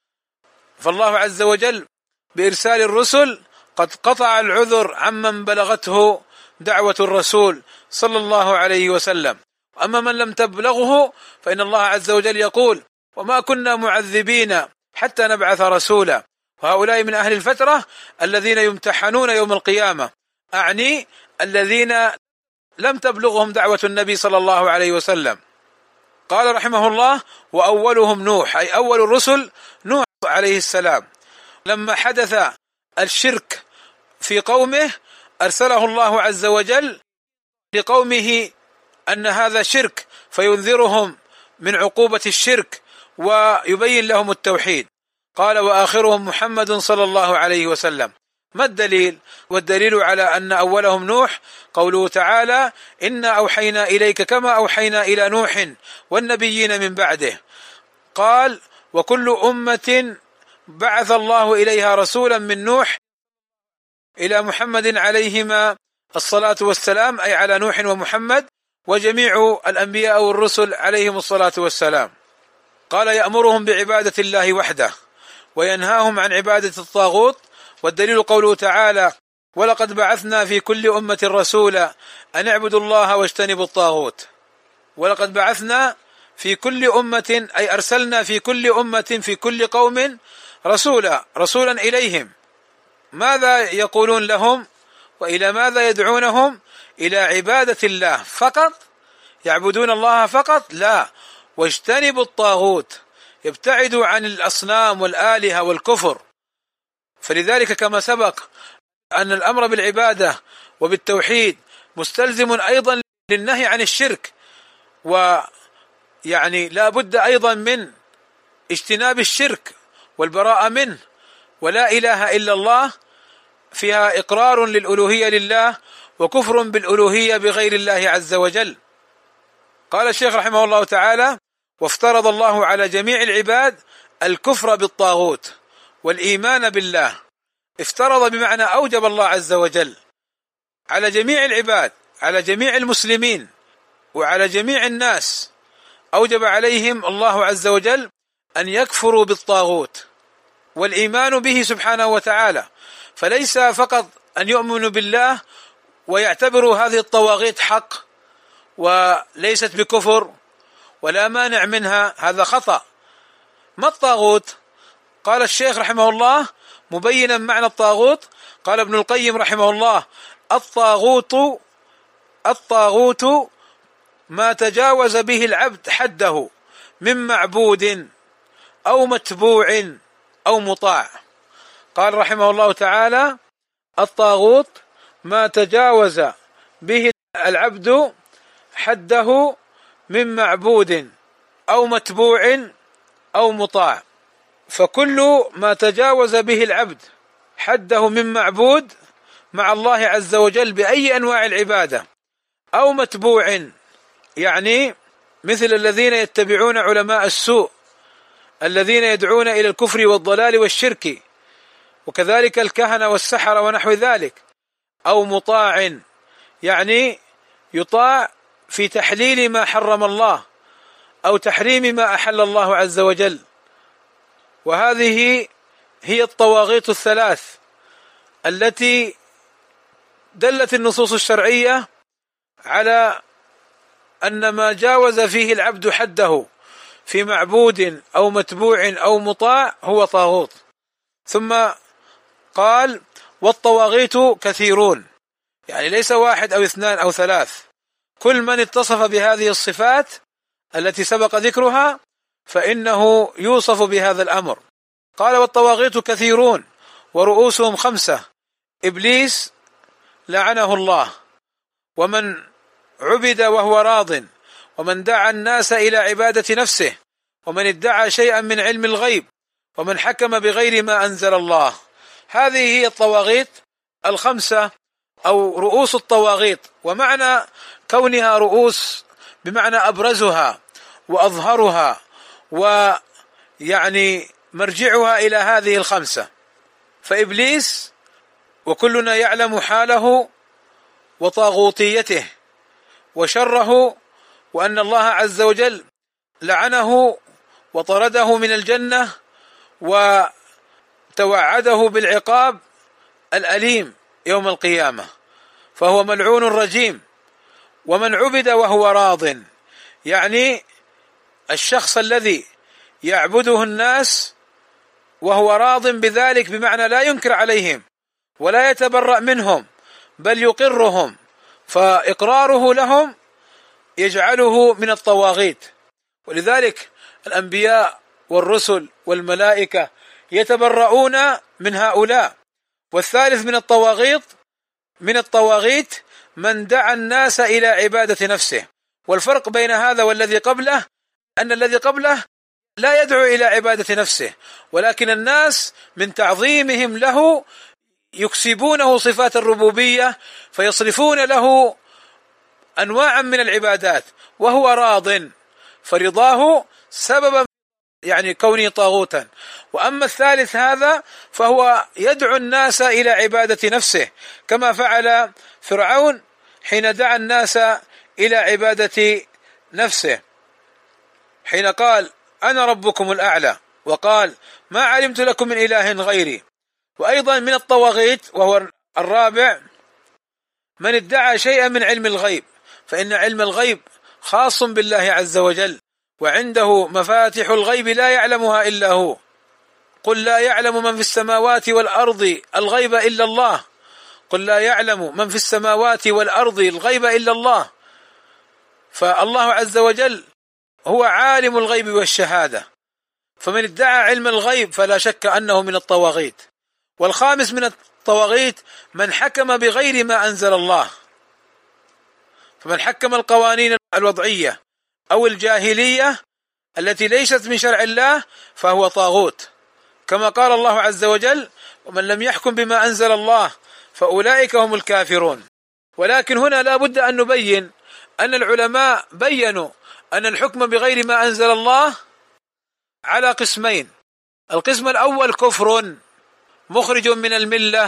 فالله عز وجل بإرسال الرسل قد قطع العذر عمن بلغته دعوة الرسول صلى الله عليه وسلم، أما من لم تبلغه فإن الله عز وجل يقول وما كنا معذبين حتى نبعث رسولا. وهؤلاء من أهل الفترة الذين يمتحنون يوم القيامة، أعني الذين لم تبلغهم دعوة النبي صلى الله عليه وسلم. قال رحمه الله وأولهم نوح، أي أول الرسل نوح عليه السلام، لما حدث الشرك في قومه أرسله الله عز وجل لقومه أن هذا شرك فينذرهم من عقوبة الشرك ويبين لهم التوحيد. قال وآخرهم محمد صلى الله عليه وسلم. ما الدليل؟ والدليل على أن أولهم نوح قوله تعالى إنا أوحينا إليك كما أوحينا إلى نوح والنبيين من بعده. قال وكل أمة بعث الله إليها رسولا من نوح إلى محمد عليهما الصلاة والسلام، أي على نوح ومحمد، وجميع الأنبياء والرسل عليهم الصلاة والسلام. قال يأمرهم بعبادة الله وحده وينهاهم عن عبادة الطاغوت، والدليل قوله تعالى ولقد بعثنا في كل أمة رسولا أن اعبدوا الله واجتنبوا الطاغوت. ولقد بعثنا في كل أمة أي أرسلنا في كل أمة في كل قوم رسولا رسولا إليهم. ماذا يقولون لهم وإلى ماذا يدعونهم؟ إلى عبادة الله فقط، يعبدون الله فقط؟ لا، واجتنبوا الطاغوت، يبتعدوا عن الأصنام والآلهة والكفر. فلذلك كما سبق أن الأمر بالعبادة وبالتوحيد مستلزم أيضا للنهي عن الشرك، ويعني لا بد أيضا من اجتناب الشرك والبراءة منه. ولا إله إلا الله فيها إقرار للألوهية لله وكفر بالألوهية بغير الله عز وجل. قال الشيخ رحمه الله تعالى وافترض الله على جميع العباد الكفر بالطاغوت والإيمان بالله. افترض بمعنى أوجب الله عز وجل على جميع العباد، على جميع المسلمين وعلى جميع الناس، أوجب عليهم الله عز وجل أن يكفروا بالطاغوت والإيمان به سبحانه وتعالى. فليس فقط أن يؤمنوا بالله ويعتبروا هذه الطواغيت حق وليست بكفر ولا مانع منها، هذا خطأ. ما الطاغوت؟ قال الشيخ رحمه الله مبينا معنى الطاغوت، قال ابن القيم رحمه الله الطاغوت الطاغوت ما تجاوز به العبد حده من معبود أو متبوع أو مطاع. قال رحمه الله تعالى الطاغوت ما تجاوز به العبد حده من معبود أو متبوع أو مطاع. فكل ما تجاوز به العبد حده من معبود مع الله عز وجل بأي أنواع العبادة أو متبوع، يعني مثل الذين يتبعون علماء السوء الذين يدعون إلى الكفر والضلال والشرك، وكذلك الكهنة والسحرة ونحو ذلك، أو مطاع يعني يطاع في تحليل ما حرم الله أو تحريم ما أحل الله عز وجل. وهذه هي الطواغيت الثلاث التي دلت النصوص الشرعية على أن ما جاوز فيه العبد حده في معبود أو متبوع أو مطاع هو طاغوت. ثم قال والطواغيت كثيرون، يعني ليس واحد أو اثنان أو ثلاث، كل من اتصف بهذه الصفات التي سبق ذكرها فإنه يوصف بهذا الأمر. قال والطواغيت كثيرون ورؤوسهم خمسة: إبليس لعنه الله، ومن عبد وهو راض، ومن دعا الناس إلى عبادة نفسه، ومن ادعى شيئا من علم الغيب، ومن حكم بغير ما أنزل الله. هذه هي الطواغيت الخمسة أو رؤوس الطواغيت. ومعنى كونها رؤوس بمعنى أبرزها وأظهرها ويعني مرجعها إلى هذه الخمسة. فإبليس وكلنا يعلم حاله وطاغوتيته وشره، وأن الله عز وجل لعنه وطرده من الجنة وتوعده بالعقاب الأليم يوم القيامة، فهو ملعون رجيم. ومن عبد وهو راض، يعني الشخص الذي يعبده الناس وهو راض بذلك، بمعنى لا ينكر عليهم ولا يتبرأ منهم بل يقرهم، فإقراره لهم يجعله من الطواغيت. ولذلك الأنبياء والرسل والملائكة يتبرؤون من هؤلاء. والثالث من الطواغيت من الطواغيت من دعا الناس إلى عبادة نفسه. والفرق بين هذا والذي قبله أن الذي قبله لا يدعو إلى عبادة نفسه، ولكن الناس من تعظيمهم له يكسبونه صفات الربوبية فيصرفون له أنواعا من العبادات وهو راض، فرضاه سببا يعني كونه طاغوتا. وأما الثالث هذا فهو يدعو الناس إلى عبادة نفسه، كما فعل فرعون حين دعا الناس إلى عبادة نفسه حين قال أنا ربكم الأعلى، وقال ما علمت لكم من إله غيري. وأيضا من الطواغيت وهو الرابع من ادعى شيئا من علم الغيب، فإن علم الغيب خاص بالله عز وجل، وعنده مفاتح الغيب لا يعلمها إلا هو. قل لا يعلم من في السماوات والأرض الغيب إلا الله، قل لا يعلم من في السماوات والأرض الغيب إلا الله. فالله عز وجل هو عالم الغيب والشهادة، فمن ادعى علم الغيب فلا شك أنه من الطواغيت. والخامس من الطواغيت من حكم بغير ما أنزل الله، فمن حكم القوانين الوضعية أو الجاهلية التي ليست من شرع الله فهو طاغوت، كما قال الله عز وجل ومن لم يحكم بما أنزل الله فأولئك هم الكافرون. ولكن هنا لا بد أن نبين أن العلماء بيّنوا أن الحكم بغير ما أنزل الله على قسمين. القسم الأول كفر مخرج من الملة.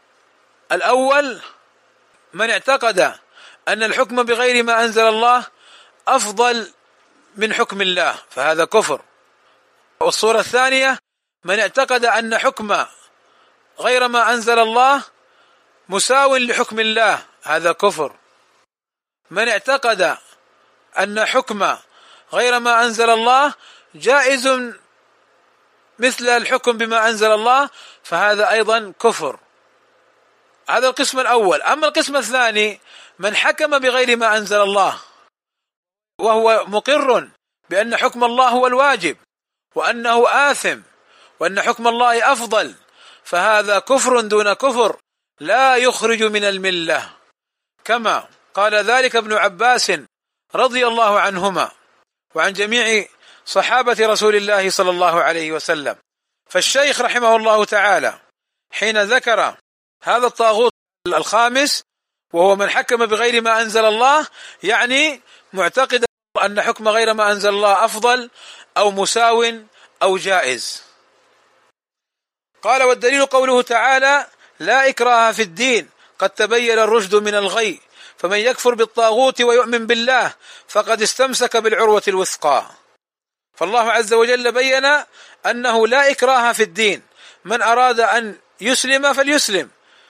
الأول من اعتقد أن الحكم بغير ما أنزل الله أفضل من حكم الله فهذا كفر. والصورة الثانية من اعتقد أن حكم غير ما أنزل الله مساو لحكم الله هذا كفر. من اعتقد أن حكم غير ما أنزل الله جائز مثل الحكم بما أنزل الله فهذا أيضا كفر. هذا القسم الأول. أما القسم الثاني من حكم بغير ما أنزل الله وهو مقر بأن حكم الله هو الواجب وأنه آثم وأن حكم الله أفضل فهذا كفر دون كفر لا يخرج من الملة، كما قال ذلك ابن عباس رضي الله عنهما وعن جميع صحابة رسول الله صلى الله عليه وسلم. فالشيخ رحمه الله تعالى حين ذكر هذا الطاغوت الخامس وهو من حكم بغير ما أنزل الله يعني معتقد أن حكم غير ما أنزل الله أفضل أو مساو أو جائز. قال والدليل قوله تعالى لا إكراه في الدين قد تبين الرشد من الغي فمن يكفر بالطاغوت ويؤمن بالله فقد استمسك بالعروة الوثقى. فالله عز وجل بين أنه لا إكراه في الدين، من أراد أن يسلم فليسلم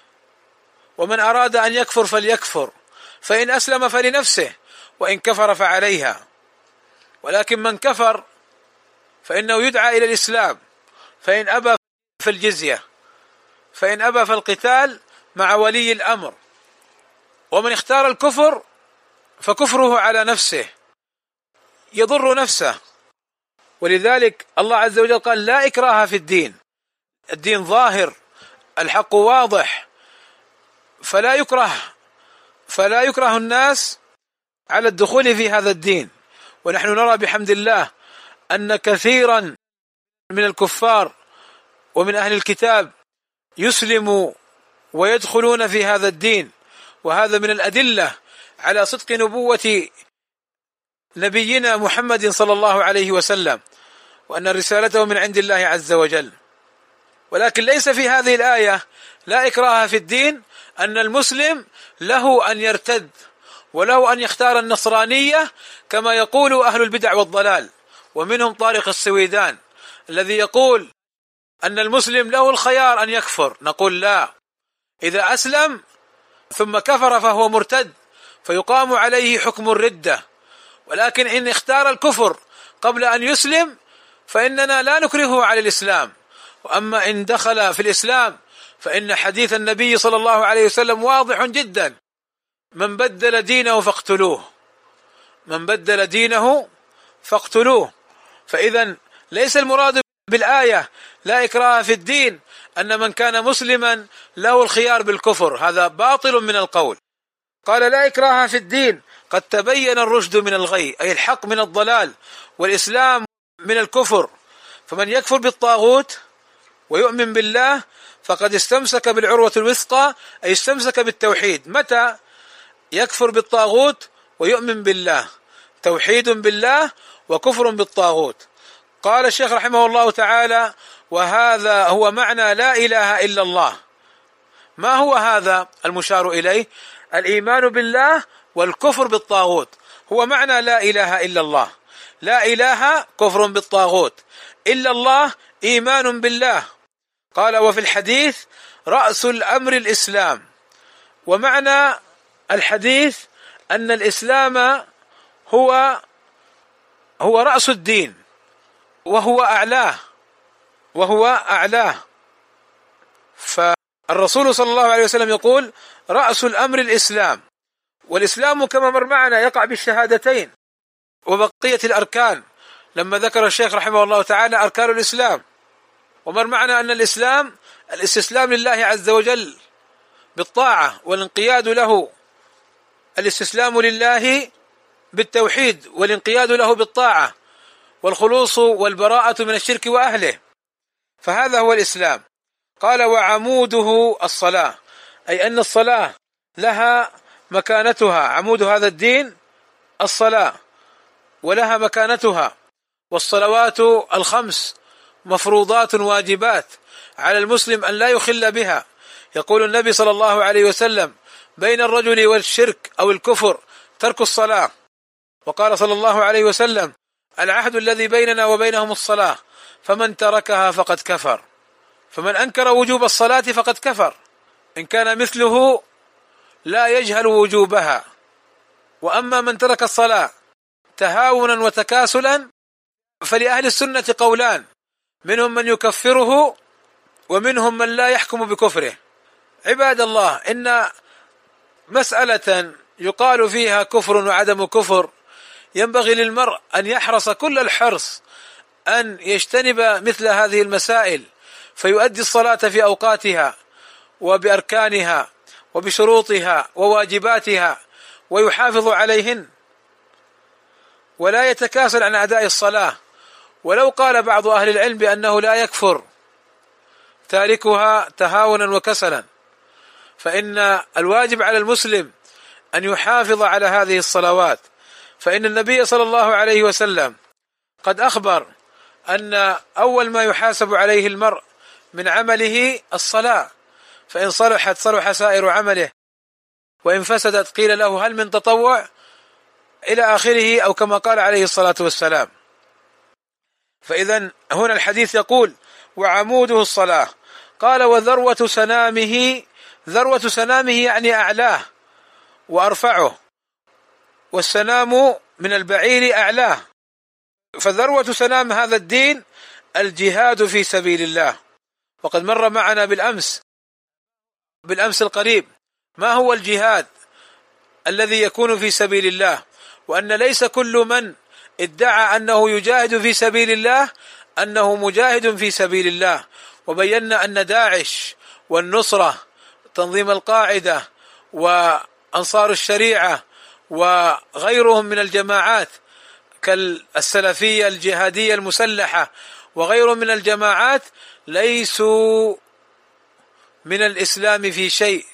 ومن أراد أن يكفر فليكفر، فإن أسلم فلنفسه وإن كفر فعليها. ولكن من كفر فإنه يدعى إلى الإسلام، فإن أبى فالجزية، فإن أبى فالقتال مع ولي الأمر. ومن اختار الكفر فكفره على نفسه يضر نفسه. ولذلك الله عز وجل قال لا إكراه في الدين، الدين ظاهر الحق واضح فلا يكره فلا يكره الناس على الدخول في هذا الدين. ونحن نرى بحمد الله أن كثيرا من الكفار ومن أهل الكتاب يسلموا ويدخلون في هذا الدين، وهذا من الأدلة على صدق نبوة نبينا محمد صلى الله عليه وسلم وأن رسالته من عند الله عز وجل. ولكن ليس في هذه الآية لا إكراه في الدين أن المسلم له أن يرتد وله أن يختار النصرانية كما يقول أهل البدع والضلال، ومنهم طارق السويدان الذي يقول أن المسلم له الخيار أن يكفر. نقول لا، إذا أسلم ثم كفر فهو مرتد فيقام عليه حكم الردة، ولكن إن اختار الكفر قبل أن يسلم فإننا لا نكرهه على الإسلام. وأما إن دخل في الإسلام فإن حديث النبي صلى الله عليه وسلم واضح جدا: من بدل دينه فاقتلوه، من بدل دينه فاقتلوه. فإذا ليس المراد بالآية لا إكراه في الدين أن من كان مسلما له الخيار بالكفر، هذا باطل من القول. قال لا إكراه في الدين قد تبين الرشد من الغي، أي الحق من الضلال والإسلام من الكفر. فمن يكفر بالطاغوت ويؤمن بالله فقد استمسك بالعروة الوثقى، أي استمسك بالتوحيد. متى يكفر بالطاغوت ويؤمن بالله؟ توحيد بالله وكفر بالطاغوت. قال الشيخ رحمه الله تعالى: وهذا هو معنى لا إله إلا الله. ما هو هذا المشار إليه؟ الإيمان بالله والكفر بالطاغوت، هو معنى لا إله إلا الله. لا إله كفر بالطاغوت، إلا الله إيمان بالله. قال وفي الحديث رأس الأمر الإسلام. ومعنى الحديث أن الإسلام هو هو رأس الدين وهو أعلاه وهو أعلاه فالرسول صلى الله عليه وسلم يقول رأس الأمر الإسلام، والإسلام كما مر معنا يقع بالشهادتين وبقية الأركان، لما ذكر الشيخ رحمه الله تعالى أركان الإسلام. ومر معنا أن الإسلام الاستسلام لله عز وجل بالطاعة والانقياد له، الاستسلام لله بالتوحيد والانقياد له بالطاعة، والخلوص والبراءة من الشرك وأهله، فهذا هو الإسلام. قال وعموده الصلاة، أي أن الصلاة لها مكانتها، عمود هذا الدين الصلاة ولها مكانتها، والصلوات الخمس مفروضات واجبات على المسلم أن لا يخل بها. يقول النبي صلى الله عليه وسلم بين الرجل والشرك أو الكفر ترك الصلاة، وقال صلى الله عليه وسلم العهد الذي بيننا وبينهم الصلاة فمن تركها فقد كفر. فمن أنكر وجوب الصلاة فقد كفر إن كان مثله لا يجهل وجوبها. وأما من ترك الصلاة تهاونا وتكاسلا فلأهل السنة قولان، منهم من يكفره ومنهم من لا يحكم بكفره. عباد الله، إن مسألة يقال فيها كفر وعدم كفر ينبغي للمرء أن يحرص كل الحرص أن يجتنب مثل هذه المسائل، فيؤدي الصلاة في أوقاتها وبأركانها وبشروطها وواجباتها ويحافظ عليهن، ولا يتكاسل عن أداء الصلاة. ولو قال بعض أهل العلم بأنه لا يكفر تاركها تهاونا وكسلا، فإن الواجب على المسلم أن يحافظ على هذه الصلوات، فإن النبي صلى الله عليه وسلم قد أخبر أن أول ما يحاسب عليه المرء من عمله الصلاة، فإن صلحت صلح سائر عمله، وإن فسدت قيل له هل من تطوع، إلى آخره، أو كما قال عليه الصلاة والسلام. فإذا هنا الحديث يقول وعموده الصلاة. قال وذروة سنامه، ذروة سنامه يعني أعلاه وأرفعه، والسنام من البعير أعلاه، فذروة سنام هذا الدين الجهاد في سبيل الله. وقد مر معنا بالأمس بالأمس القريب ما هو الجهاد الذي يكون في سبيل الله، وأن ليس كل من ادعى أنه يجاهد في سبيل الله أنه مجاهد في سبيل الله. وبينا أن داعش والنصرة تنظيم القاعدة وأنصار الشريعة وغيرهم من الجماعات كالسلفية الجهادية المسلحة وغيرهم من الجماعات ليسوا من الإسلام في شيء،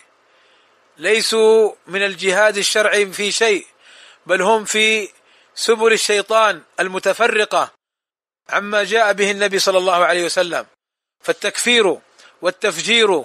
ليسوا من الجهاد الشرعي في شيء، بل هم في سبل الشيطان المتفرقة عما جاء به النبي صلى الله عليه وسلم. فالتكفير والتفجير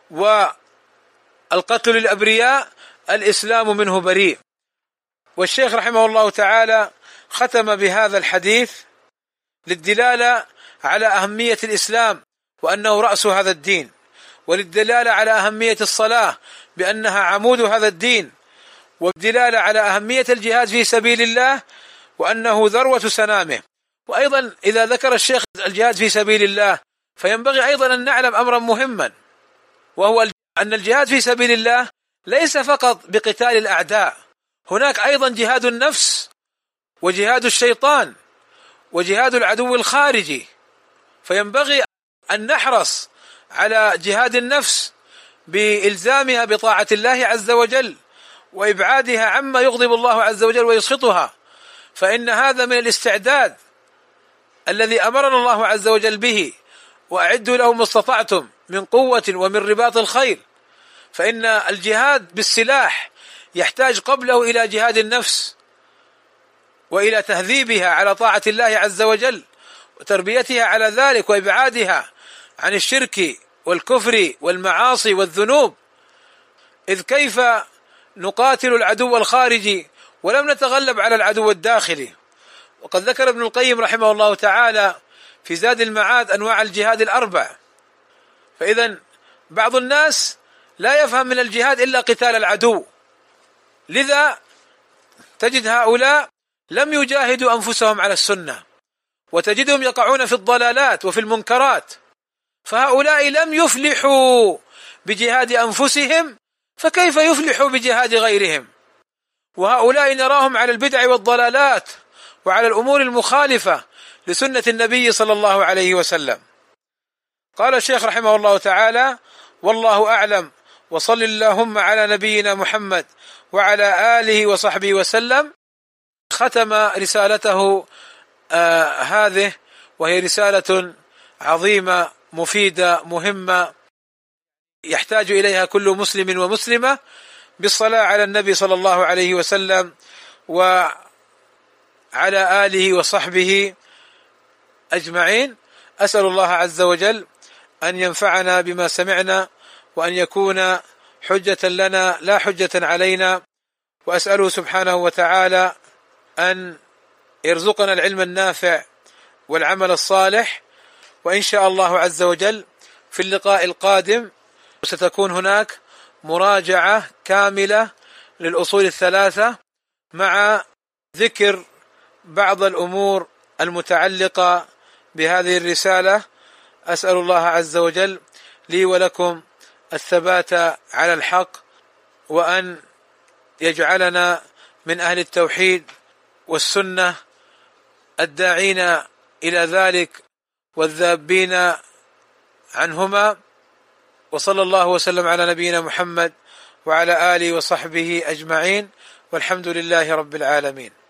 والقتل للأبرياء الإسلام منه بريء. والشيخ رحمه الله تعالى ختم بهذا الحديث للدلالة على أهمية الإسلام وأنه رأس هذا الدين، وللدلالة على أهمية الصلاة بأنها عمود هذا الدين، والدلالة على أهمية الجهاد في سبيل الله وأنه ذروة سنامه. وأيضا إذا ذكر الشيخ الجهاد في سبيل الله فينبغي أيضا أن نعلم أمرا مهما، وهو أن الجهاد في سبيل الله ليس فقط بقتال الأعداء، هناك أيضا جهاد النفس وجهاد الشيطان وجهاد العدو الخارجي. فينبغي أن نحرص على جهاد النفس بإلزامها بطاعة الله عز وجل وإبعادها عما يغضب الله عز وجل ويسخطها، فإن هذا من الاستعداد الذي أمرنا الله عز وجل به، وأعدوا لهم ما استطعتم من قوة ومن رباط الخيل. فإن الجهاد بالسلاح يحتاج قبله إلى جهاد النفس وإلى تهذيبها على طاعة الله عز وجل وتربيتها على ذلك وإبعادها عن الشرك والكفر والمعاصي والذنوب. إذ كيف نقاتل العدو الخارجي ولم نتغلب على العدو الداخلي. وقد ذكر ابن القيم رحمه الله تعالى في زاد المعاد أنواع الجهاد الأربع. فإذا بعض الناس لا يفهم من الجهاد إلا قتال العدو، لذا تجد هؤلاء لم يجاهدوا أنفسهم على السنة، وتجدهم يقعون في الضلالات وفي المنكرات، فهؤلاء لم يفلحوا بجهاد أنفسهم، فكيف يفلحوا بجهاد غيرهم؟ وهؤلاء نراهم على البدع والضلالات وعلى الأمور المخالفة لسنة النبي صلى الله عليه وسلم. قال الشيخ رحمه الله تعالى: والله أعلم، وصل اللهم على نبينا محمد وعلى آله وصحبه وسلم. ختم رسالته آه هذه، وهي رسالة عظيمة مفيدة مهمة يحتاج إليها كل مسلم ومسلمة، بالصلاة على النبي صلى الله عليه وسلم وعلى آله وصحبه أجمعين. أسأل الله عز وجل أن ينفعنا بما سمعنا، وأن يكون حجة لنا لا حجة علينا، وأسأله سبحانه وتعالى أن يرزقنا العلم النافع والعمل الصالح. وإن شاء الله عز وجل في اللقاء القادم ستكون هناك مراجعة كاملة للأصول الثلاثة مع ذكر بعض الأمور المتعلقة بهذه الرسالة. أسأل الله عز وجل لي ولكم الثبات على الحق، وأن يجعلنا من أهل التوحيد والسنة الداعين إلى ذلك والذابين عنهما. وصلى الله وسلم على نبينا محمد وعلى آله وصحبه أجمعين، والحمد لله رب العالمين.